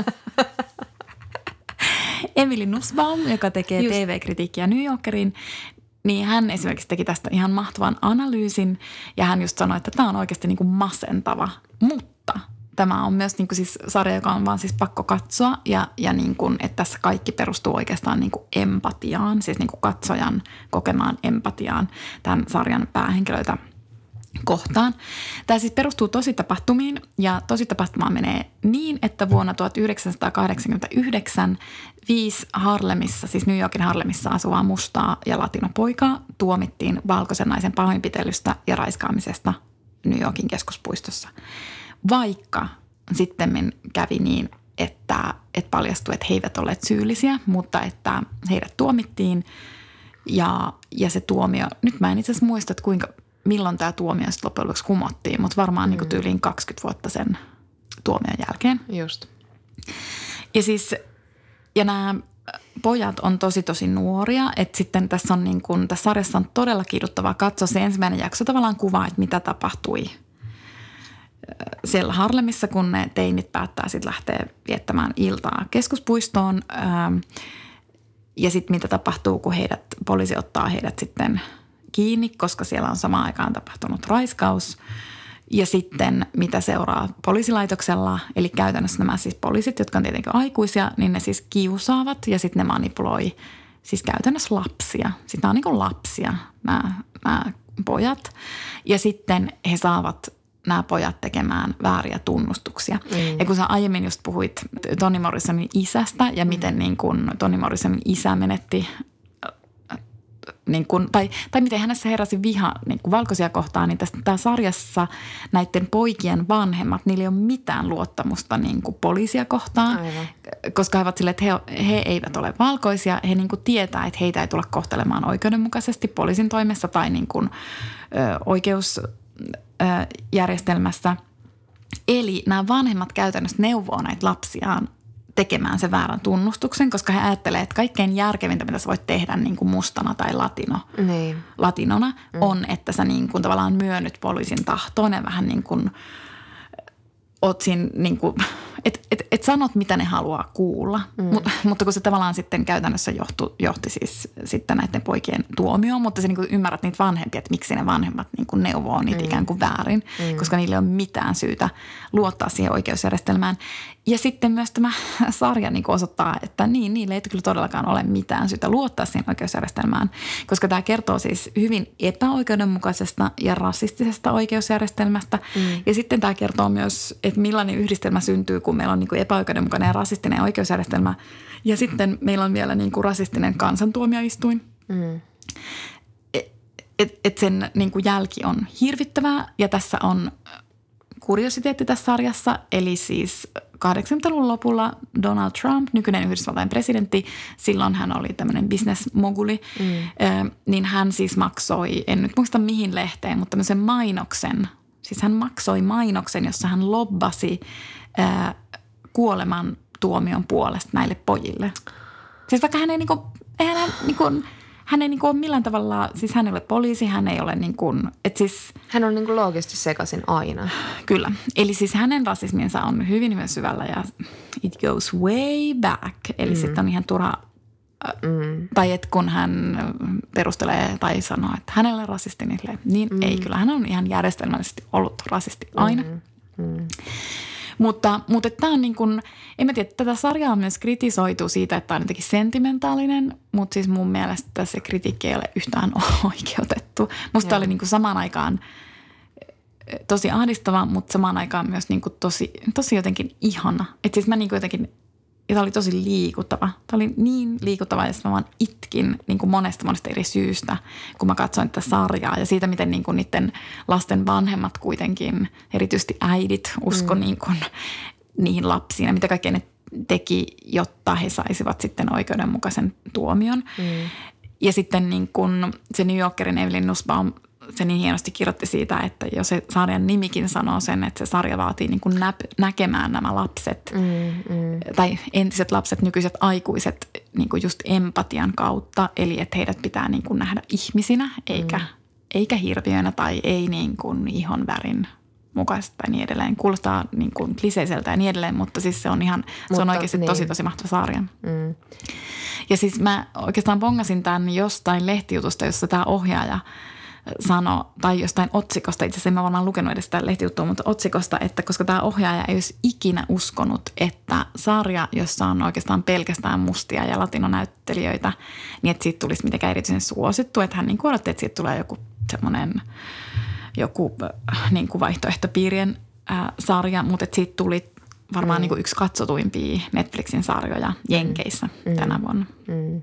Emily Nussbaum, joka tekee Just. T V-kritiikkiä New Yorkeriin, niin hän esimerkiksi teki tästä ihan mahtavan analyysin ja hän just sanoi, että tämä on oikeasti niin kuin masentava, mutta tämä on myös niin kuin siis sarja, joka on vaan siis pakko katsoa ja, ja niin kuin, että tässä kaikki perustuu oikeastaan niin kuin empatiaan, siis niin kuin katsojan kokemaan empatiaan tämän sarjan päähenkilöitä kohtaan. Tämä siis perustuu tositapahtumiin ja tositapahtumaan menee niin, että vuonna tuhatyhdeksänsataakahdeksankymmentäyhdeksän viisi Harlemissa, siis New Yorkin Harlemissa asuvaa mustaa ja latinopoikaa tuomittiin valkoisen naisen pahoinpitelystä ja raiskaamisesta New Yorkin keskuspuistossa. Vaikka sitten kävi niin, että, että paljastui, että he eivät olleet syyllisiä, mutta että heidät tuomittiin ja, ja se tuomio, nyt mä en itse asiassa muista, että kuinka, milloin tämä tuomio sitten loppujen lopuksi kumottiin, mutta varmaan mm. niin kuin tyyliin kaksikymmentä vuotta sen tuomion jälkeen. Just. Ja siis, ja nämä pojat on tosi tosi nuoria, että sitten tässä on niin kuin, tässä sarjassa on todella kiiduttavaa katsoa se ensimmäinen jakso tavallaan kuvaa, että mitä tapahtui siellä Harlemissa, kun ne teinit päättää sitten lähteä viettämään iltaa keskuspuistoon. Ja sitten mitä tapahtuu, kun heidät, poliisi ottaa heidät sitten kiinni, koska siellä on samaan aikaan tapahtunut raiskaus. Ja sitten mitä seuraa poliisilaitoksella, eli käytännössä nämä siis poliisit, jotka on tietenkin aikuisia, niin ne siis kiusaavat ja sitten ne manipuloi siis käytännössä lapsia. Sitten nämä on niin kuin lapsia, nämä, nämä pojat. Ja sitten he saavat nämä pojat tekemään vääriä tunnustuksia. Mm. Ja kun sä aiemmin just puhuit Toni Morrisonin isästä ja mm. miten niin kuin Toni Morrisonin isä menetti niin kuin, tai, tai miten hänessä heräsi viha niin kuin valkoisia kohtaan, niin tässä tää sarjassa näiden poikien vanhemmat, niillä ei ole mitään luottamusta niin kuin poliisia kohtaan, aivan. Koska he ovat silleen, että he, he eivät ole valkoisia. He niin kuin tietää, että heitä ei tulla kohtelemaan oikeudenmukaisesti poliisin toimessa tai niin kuin, ö, oikeusjärjestelmässä. Eli nämä vanhemmat käytännössä neuvoo näitä lapsiaan tekemään sen väärän tunnustuksen, koska he ajattelee, että kaikkein järkevintä, mitä sä voit tehdä niin kuin mustana tai latino, niin. latinona, mm. on, että sä niin kuin tavallaan myönnyt poliisin tahtoon ja vähän niin kuin oot siinä niin kuin, että et, et sanot, mitä ne haluaa kuulla. Mm. Mut, mutta kun se tavallaan sitten käytännössä johtu, johti siis sitten näiden poikien tuomioon, mutta sä niin kuin ymmärrät niitä vanhempia, että miksi ne vanhemmat niin kuin neuvoo niitä mm. ikään kuin väärin, mm. koska niille ei ole mitään syytä luottaa siihen oikeusjärjestelmään. Ja sitten myös tämä sarja niin kuin osoittaa, että niin, niille ei kyllä todellakaan ole mitään syytä luottaa siihen oikeusjärjestelmään, koska tämä kertoo siis hyvin epäoikeudenmukaisesta ja rasistisesta oikeusjärjestelmästä. Mm. Ja sitten tämä kertoo myös, että millainen yhdistelmä syntyy, kun meillä on niin kuin epäoikeudenmukainen ja rasistinen oikeusjärjestelmä. Ja sitten meillä on vielä niin kuin rasistinen kansantuomioistuin. Mm. Että et, et sen niin kuin jälki on hirvittävää ja tässä on kuriositeetti tässä sarjassa, eli siis kahdeksankymmentäluvun lopulla Donald Trump, nykyinen Yhdysvaltain presidentti, silloin hän oli tämmöinen businessmoguli, mm. niin hän siis maksoi, en nyt muista mihin lehteen, mutta tämmöisen mainoksen, siis hän maksoi mainoksen, jossa hän lobbasi ää, kuoleman tuomion puolesta näille pojille. Siis vaikka hän ei niinku, eihän hän niinku, hän ei niinku ole millään tavalla, siis hän ei ole poliisi, hän ei ole niin kuin, että siis hän on niin kuin loogisesti sekaisin aina. Kyllä. Eli siis hänen rasisminsa on hyvin hyvin syvällä ja it goes way back. Eli mm. sitten on ihan turha, mm. tai että kun hän perustelee tai sanoo, että hänellä on rasisti, niin, niin mm. ei. Kyllä hän on ihan järjestelmällisesti ollut rasisti aina. Mm. Mm. Mutta, mutta tämä on niin kuin, en mä tiedä, tätä sarjaa on myös kritisoitu siitä, että tämä on jotenkin sentimentaalinen, mutta siis mun mielestä se kritiikki ei ole yhtään oikeutettu. Musta Joo. oli niin kuin samaan aikaan tosi ahdistava, mutta samaan aikaan myös niin kuin tosi, tosi jotenkin ihana. Että siis mä niin kuin jotenkin, ja tämä oli tosi liikuttava. Tämä oli niin liikuttava, että mä vaan itkin niin kuin monesta monesta eri syystä, kun mä katsoin tätä sarjaa. Ja siitä, miten niin kuin niiden lasten vanhemmat kuitenkin, erityisesti äidit, usko mm. niin kuin niihin lapsiin. Ja mitä kaikkea ne teki, jotta he saisivat sitten oikeudenmukaisen tuomion. Mm. Ja sitten niin kuin se New Yorkerin Evelyn Nussbaum, se niin hienosti kirjoitti siitä, että jos se sarjan nimikin sanoo sen, että se sarja vaatii niin kuin näp, näkemään nämä lapset mm, mm. tai entiset lapset, nykyiset aikuiset niin kuin just empatian kautta. Eli että heidät pitää niin kuin nähdä ihmisinä eikä, mm. eikä hirviöinä tai ei niin kuin ihon värin mukaisesti tai niin edelleen. Kuulostaa niin kuin kliseiseltä ja niin edelleen, mutta siis se on ihan, mutta, se on oikeasti niin. tosi tosi mahtava sarja. Mm. Ja siis mä oikeastaan bongasin tämän jostain lehtijutusta, jossa tämä ohjaaja sanoi, tai jostain otsikosta, itse asiassa en mä varmaan lukenut edes sitä lehtijuttua, mutta otsikosta, että koska tämä ohjaaja ei olisi ikinä uskonut, että sarja, jossa on oikeastaan pelkästään mustia ja latinonäyttelijöitä, niin että siitä tulisi mitenkään erityisen suosittu, että hän niin kuin odotti, että siitä tulee joku semmoinen joku niin kuin vaihtoehtopiirien ää, sarja, mutta että siitä tuli varmaan mm. niin kuin yksi katsotuimpia Netflixin sarjoja Jenkeissä mm. tänä vuonna. Mm.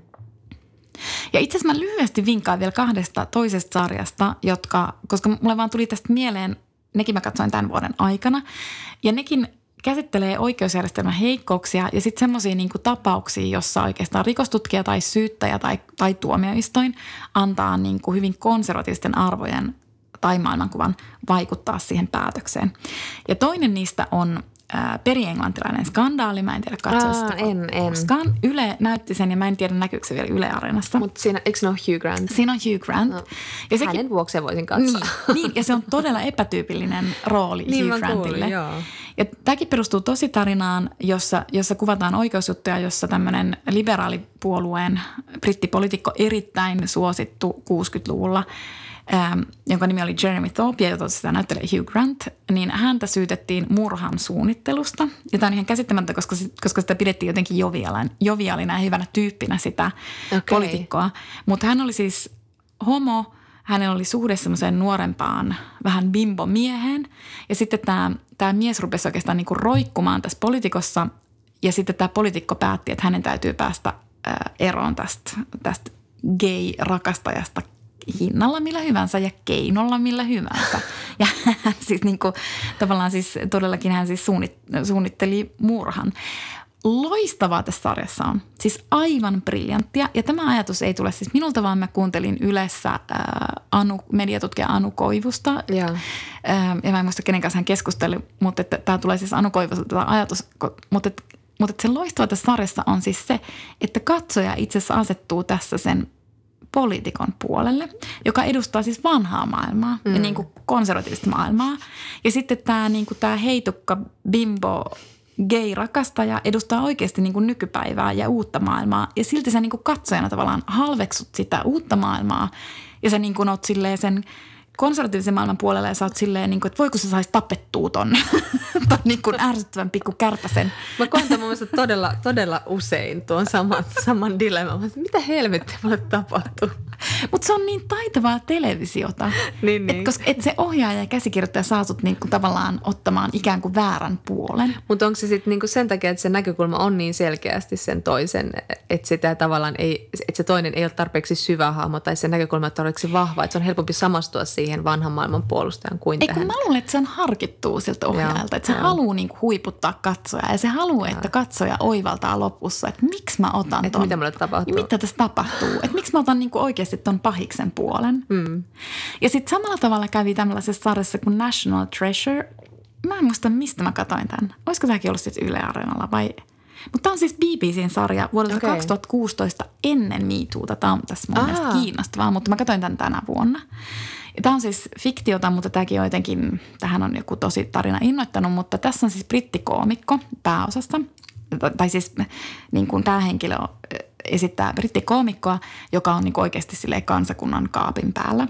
Ja itse asiassa mä lyhyesti vinkkaan vielä kahdesta toisesta sarjasta, jotka, koska mulle vaan tuli tästä mieleen, nekin mä katsoin tämän vuoden aikana. Ja nekin käsittelee oikeusjärjestelmän heikkouksia ja sitten semmoisia niinku tapauksia, jossa oikeastaan rikostutkija tai syyttäjä tai, tai tuomioistuin antaa niinku hyvin konservatiivisten arvojen tai maailmankuvan vaikuttaa siihen päätökseen. Ja toinen niistä on ää, perienglantilainen skandaali. Mä en tiedä katsoa sitä en, en. koskaan. Yle näytti sen ja mä en tiedä näkyykö se vielä Yle Areenassa. Mutta siinä, eikö se ole Hugh Grant? Siinä on Hugh Grant. No. Ja sekin, hänen vuoksi voisin katsoa. Niin, niin, ja se on todella epätyypillinen rooli niin Hugh Grantille. Kuulin, joo. Ja tämäkin perustuu tositarinaan, jossa, jossa kuvataan oikeusjuttuja, jossa tämmöinen liberaalipuolueen brittipoliitikko erittäin suosittu kuusikymmentäluvulla, ähm, jonka nimi oli Jeremy Thorpe, jota sitä näyttelee Hugh Grant, niin häntä syytettiin murhan suunnittelusta. Ja tämä on ihan käsittämättä, koska, koska sitä pidettiin jotenkin joviaalina ja hyvänä tyyppinä sitä okay. poliitikkoa. Mutta hän oli siis homo. Hänellä oli suhde semmoiseen nuorempaan vähän bimbo-mieheen ja sitten tämä, tämä mies rupesi oikeastaan niin kuin roikkumaan tässä poliitikossa ja sitten tämä poliitikko päätti, että hänen täytyy päästä eroon tästä, tästä gay-rakastajasta hinnalla millä hyvänsä ja keinolla millä hyvänsä. Ja hän siis niin kuin, tavallaan siis todellakin hän siis suunnitteli murhan. Loistavaa tässä sarjassa on. Siis aivan briljanttia. Ja tämä ajatus ei tule siis minulta, vaan mä kuuntelin Ylessä ää, Anu, mediatutkija Anu Koivusta. Ja. Ää, ja mä en muista kenen kanssa hän keskusteli, mutta että tämä tulee siis Anu Koivusta tämä ajatus. Mutta, että, mutta että se loistava tässä sarjassa on siis se, että katsoja itse asiassa asettuu tässä sen poliitikon puolelle, joka edustaa siis vanhaa maailmaa mm. ja niin kuin konservatiivista maailmaa. Ja sitten tämä, niin kuin tämä heitukka bimbo gay-rakastaja edustaa oikeasti niin kuin nykypäivää ja uutta maailmaa. Ja silti sä niin kuin katsojana tavallaan halveksut sitä uutta maailmaa. Ja sä niin kuin oot silleen sen konservatiivisen maailman puolella ja sä oot silleen, niin kuin, että voiko sä sais tapettua ton, ton niin kuin ärsyttävän pikku kärpäsen. Mä koen tämän mun mielestä todella, todella usein tuon saman, saman dilemman. Mitä helvettiä mulle tapahtuu? Mutta se on niin taitavaa televisiota, niin, niin. Et, koska et se ohjaaja ja käsikirjoittaja saa sut niinku tavallaan ottamaan ikään kuin väärän puolen. Mutta onko se sitten niinku sen takia, että se näkökulma on niin selkeästi sen toisen, että sitä tavallaan ei, että se toinen ei ole tarpeeksi syvä hahmo tai se näkökulma on tarpeeksi vahva, että se on helpompi samastua siihen vanhan maailman puolustajan kuin ei, tähän. Kun mä luulen, että se on harkittua siltä ohjaajalta, että se haluaa niinku huiputtaa katsojaa ja se haluaa, että katsoja oivaltaa lopussa, että miksi mä otan ton. Mitä mulle tapahtuu. Ja mitä tässä tapahtuu, että miksi mä otan niinku oikeasti ton pahiksen puolen. Mm. Ja sitten samalla tavalla kävi tämmöisessä sarjassa kuin National Treasure. Mä en muista, mistä mä katsoin tämän. Olisiko tämäkin ollut sitten Yle Areenalla vai? Mutta tämä on siis B B C:n sarja vuodelta okay. kaksituhattakuusitoista ennen Me Toota. Tämä on tässä mun Aa. mielestä kiinnostavaa, mutta mä katsoin tämän tänä vuonna. Tämä on siis fiktiota, mutta tämäkin on jotenkin, tähän on joku tosi tarina innoittanut, mutta tässä on siis brittikoomikko pääosassa. Tai siis niin kuin tämä henkilö esittää brittikoomikkoa, joka on niin oikeasti silleen kansakunnan kaapin päällä.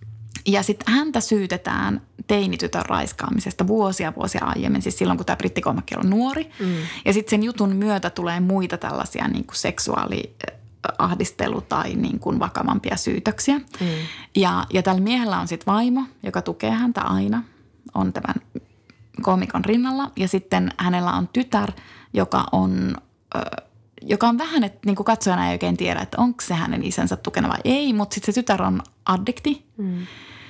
Ja sitten häntä syytetään teinitytön raiskaamisesta vuosia vuosia aiemmin, siis silloin kun tämä brittikoomikko on nuori. Mm. Ja sitten sen jutun myötä tulee muita tällaisia niin kuin seksuaaliahdistelu- tai niin kuin vakavampia syytöksiä. Mm. Ja, ja tällä miehellä on sitten vaimo, joka tukee häntä aina, on tämän koomikon rinnalla. Ja sitten hänellä on tytär, joka on... Ö, joka on vähän, että niin kuin katsojana ei oikein tiedä, että onko se hänen isänsä tukena vai ei, mutta sitten se tytär on addikti mm.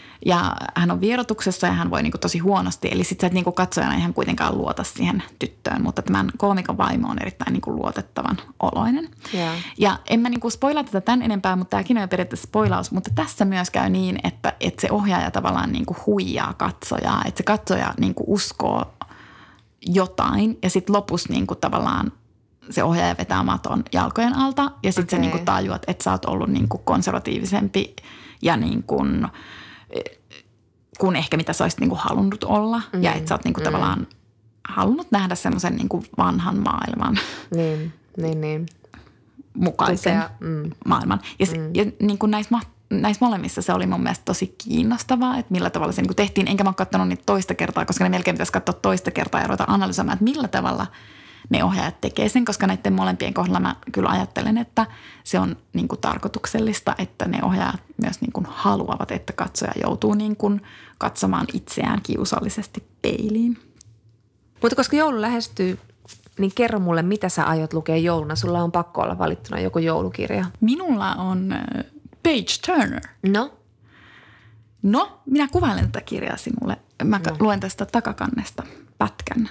ja hän on vierotuksessa ja hän voi niin kuin tosi huonosti. Eli sitten sä et niin kuin katsojana ihan kuitenkaan luota siihen tyttöön, mutta tämän koomikon vaimo on erittäin niin kuin luotettavan oloinen. Yeah. Ja en mä niin kuin spoilaa tätä tämän enempää, mutta tämäkin on periaatteessa spoilaus, mutta tässä myös käy niin, että, että se ohjaaja tavallaan niin kuin huijaa katsojaa, että se katsoja niin kuin uskoo jotain ja sitten lopussa niin kuin tavallaan se ohjaaja vetää maton jalkojen alta ja sitten okay. sä niinku tajuat, että sä oot ollut niinku konservatiivisempi ja niinku, kun ehkä mitä sä olisit niinku halunnut olla. Mm. Ja että sä oot niinku mm. tavallaan halunnut nähdä semmoisen niinku vanhan maailman niin, niin, niin. mukaisen mm. maailman. Ja, mm. ja niinku näissä näissä molemmissa se oli mun mielestä tosi kiinnostavaa, että millä tavalla se niin kuin tehtiin. Enkä mä ole katsonut niitä toista kertaa, koska ne melkein pitäisi katsoa toista kertaa ja ruveta analysoimaan, että millä tavalla ne ohjaajat tekee sen, koska näiden molempien kohdalla mä kyllä ajattelen, että se on niin kuin tarkoituksellista, että ne ohjaajat myös niin kuin haluavat, että katsoja joutuu niin kuin katsomaan itseään kiusallisesti peiliin. Mutta koska joulu lähestyy, niin kerro mulle, mitä sä aiot lukea jouluna. Sulla on pakko olla valittuna joku joulukirja. Minulla on Page Turner. No? No, minä kuvailen tätä kirjaa sinulle. Mä no. luen tästä takakannesta pätkän.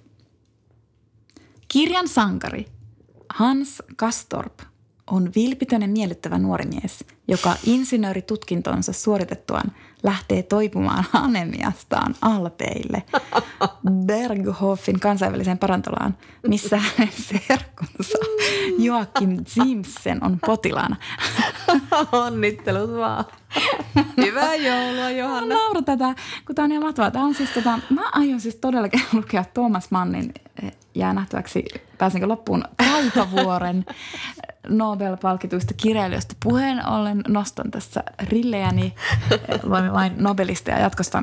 Kirjan sankari Hans Castorp on vilpitön ja miellyttävä nuori mies, joka insinööritutkintonsa suoritettuaan lähtee toipumaan anemiastaan Alpeille Berghoffin kansainväliseen parantolaan, missä hänen serkkunsa Joakim Zimsen on potilaana. Onnittelut vaan. Hyvää joulua, Johanna. Mä nauran tätä, kun tää on ihan mahtavaa. Tää on siis tota, mä aion siis todellakin lukea Thomas Mannin, jää nähtäväksi, pääsenkö loppuun, Taikavuoren Nobel-palkituista kirjailijoista. Puheen ollen nostan tässä rillejäni, voimme vain Nobelisteja jatkosta.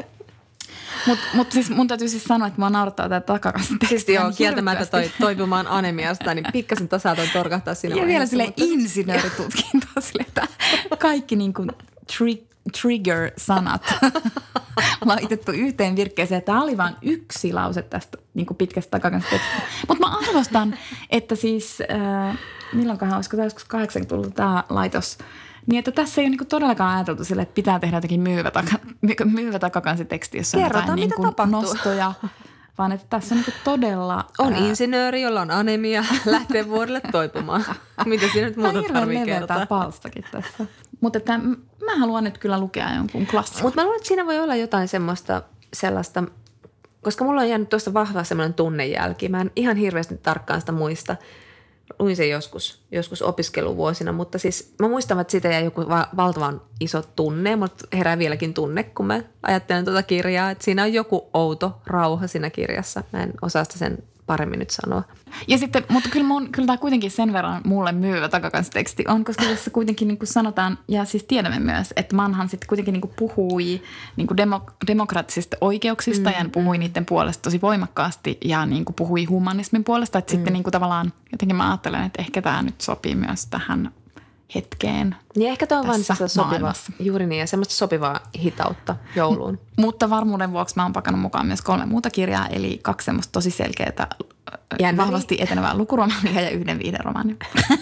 Mutta mut siis mun täytyy siis sanoa, että mua naurattaa tätä takakasta. Siis joo, kieltämättä toi, toipumaan anemiasta, niin pikkasen tasaatoin torkahtaa siinä. Ja vielä silleen insinööritutkintoa silleen, että kaikki niin kuin tri- trigger-sanat laitettu yhteen virkkeeseen. Tämä oli vain yksi lause tästä niin kuin pitkästä takakannasta. Mutta mä arvostan, että siis, äh, milloinkohan olisiko tämä joskus kahdeksankymmentäluvulta tämä laitos, niin että tässä ei ole niinku todellakaan ajateltu sille, että pitää tehdä jotenkin myyvä, taka, myyvä takakansiteksti, jossa on jotain niinku nostoja, vaan että tässä on niinku todella... On ää... insinööri, jolla on anemia, lähtee vuodelle toipumaan. Mitä siinä nyt muuta tarvii kertoa? Tämä palstakin tässä. Mutta että mä haluan nyt kyllä lukea jonkun klassikon. Mutta mä luulen, että siinä voi olla jotain semmoista, sellaista, koska mulla on jäänyt tuosta vahva semmoinen tunnejälki. Mä en ihan hirveästi tarkkaan sitä muista. Luin sen joskus, joskus opiskeluvuosina, mutta siis mä muistan, että siitä jäi joku va- valtavan iso tunne. Mutta herää vieläkin tunne, kun mä ajattelen tuota kirjaa, että siinä on joku outo rauha siinä kirjassa. Mä en osaa sitä sen paremmin nyt sanoa. Ja sitten, mutta kyllä, mun, kyllä tämä kuitenkin sen verran mulle myyvä takakansiteksti on, koska tässä kuitenkin niin kuin sanotaan, ja siis tiedämme myös, että Manhan sitten kuitenkin niin kuin puhui niin kuin demok- demokraattisista oikeuksista mm, ja puhui mm. niiden puolesta tosi voimakkaasti ja niin kuin puhui humanismin puolesta. Että mm. sitten niin kuin tavallaan jotenkin mä ajattelen, että ehkä tämä nyt sopii myös tähän hetkeen. Niin ehkä tuo on vaan sopiva, juuri niin, ja semmoista sopivaa hitautta jouluun. M- mutta varmuuden vuoksi mä oon pakannut mukaan myös kolme muuta kirjaa, eli kaksi semmoista tosi selkeää, Jännäri. vahvasti etenevää lukuromaania ja yhden viihderomaania.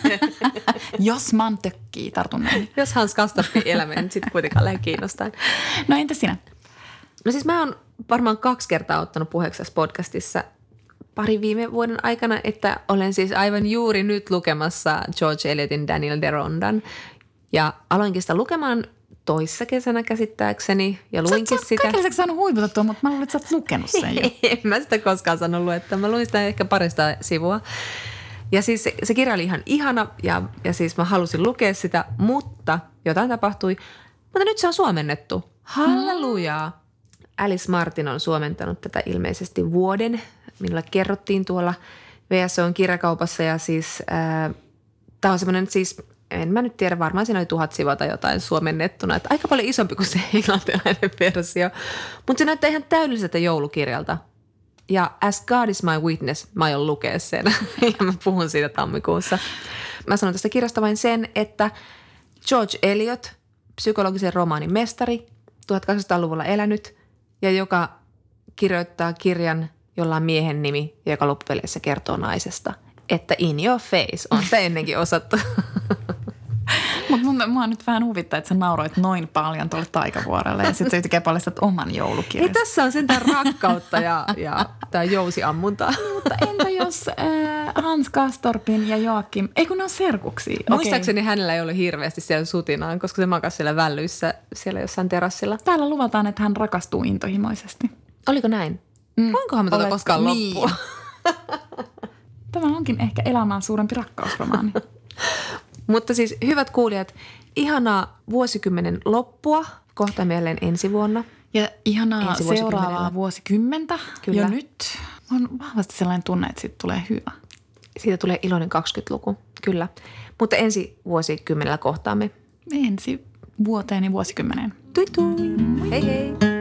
Jos man tökkii, tartun näin. Jos Hans Castorpin elämä nyt sitten kuitenkaan lähde kiinnostaa. No entä sinä? No siis mä oon varmaan kaksi kertaa ottanut puheeksi tässä podcastissa pari viime vuoden aikana, että olen siis aivan juuri nyt lukemassa George Eliotin Daniel Derondan. Ja aloinkin sitä lukemaan toissa kesänä käsittääkseni ja luinkin sä, sä sitä. Kaiken lisäksi saanut huiputettua, mutta mä luulen, että sä oot lukenut sen jo. En mä sitä koskaan saanut luettua. Mä luin sitä ehkä parista sivua. Ja siis se, se kirja oli ihan ihana ja, ja siis mä halusin lukea sitä, mutta jotain tapahtui. Mutta nyt se on suomennettu. Hallelujaa. Alice Martin on suomentanut tätä ilmeisesti vuoden. Minulle kerrottiin tuolla V S O:n kirjakaupassa ja siis äh, tämä on semmoinen siis, en mä nyt tiedä, varmaan siinä oli tuhat sivua tai jotain suomennettuna. Että aika paljon isompi kuin se englantilainen versio. Mutta se näyttää ihan täydelliseltä joulukirjalta. Ja As God is my witness, mä aion lukea sen ja mä puhun siitä tammikuussa. Mä sanon tästä kirjasta vain sen, että George Eliot, psykologisen romaanin mestari, tuhatkahdeksansataaluvulla elänyt ja joka kirjoittaa kirjan, jolla on miehen nimi, joka loppupeleissä kertoo naisesta. Että in your face on sitä ennenkin osattu. Mutta mua nyt vähän huvittaa, että sä nauroit noin paljon tuolle Taikavuorelle ja sitten sä yhtäkkiä paljastat oman joulukirjan. Ei, tässä on sentään rakkautta ja, ja tämä jousiammuntaa. Niin, mutta entä jos äh, Hans Castorpin ja Joakim, ei kun ne on serkuksia. Muistaakseni okay. Hänellä ei ole hirveästi siellä sutinaan, koska se makasi siellä vällyissä siellä jossain terassilla. Täällä luvataan, että hän rakastuu intohimoisesti. Oliko näin? Mm. Voinkohan me tuota koskaan niin. loppua? Tämä onkin ehkä elämään suurempi rakkausromaani. Mutta siis hyvät kuulijat, ihanaa vuosikymmenen loppua. Kohta mieleen ensi vuonna. Ja ihanaa seuraavaa vuosikymmentä. Kyllä. Jo nyt on vahvasti sellainen tunne, että siitä tulee hyvä. Siitä tulee iloinen kaksikymmentäluku, kyllä. Mutta ensi vuosikymmenellä kohtaamme. Ensi vuoteen ja vuosikymmeneen. Tui tui. Hei hei.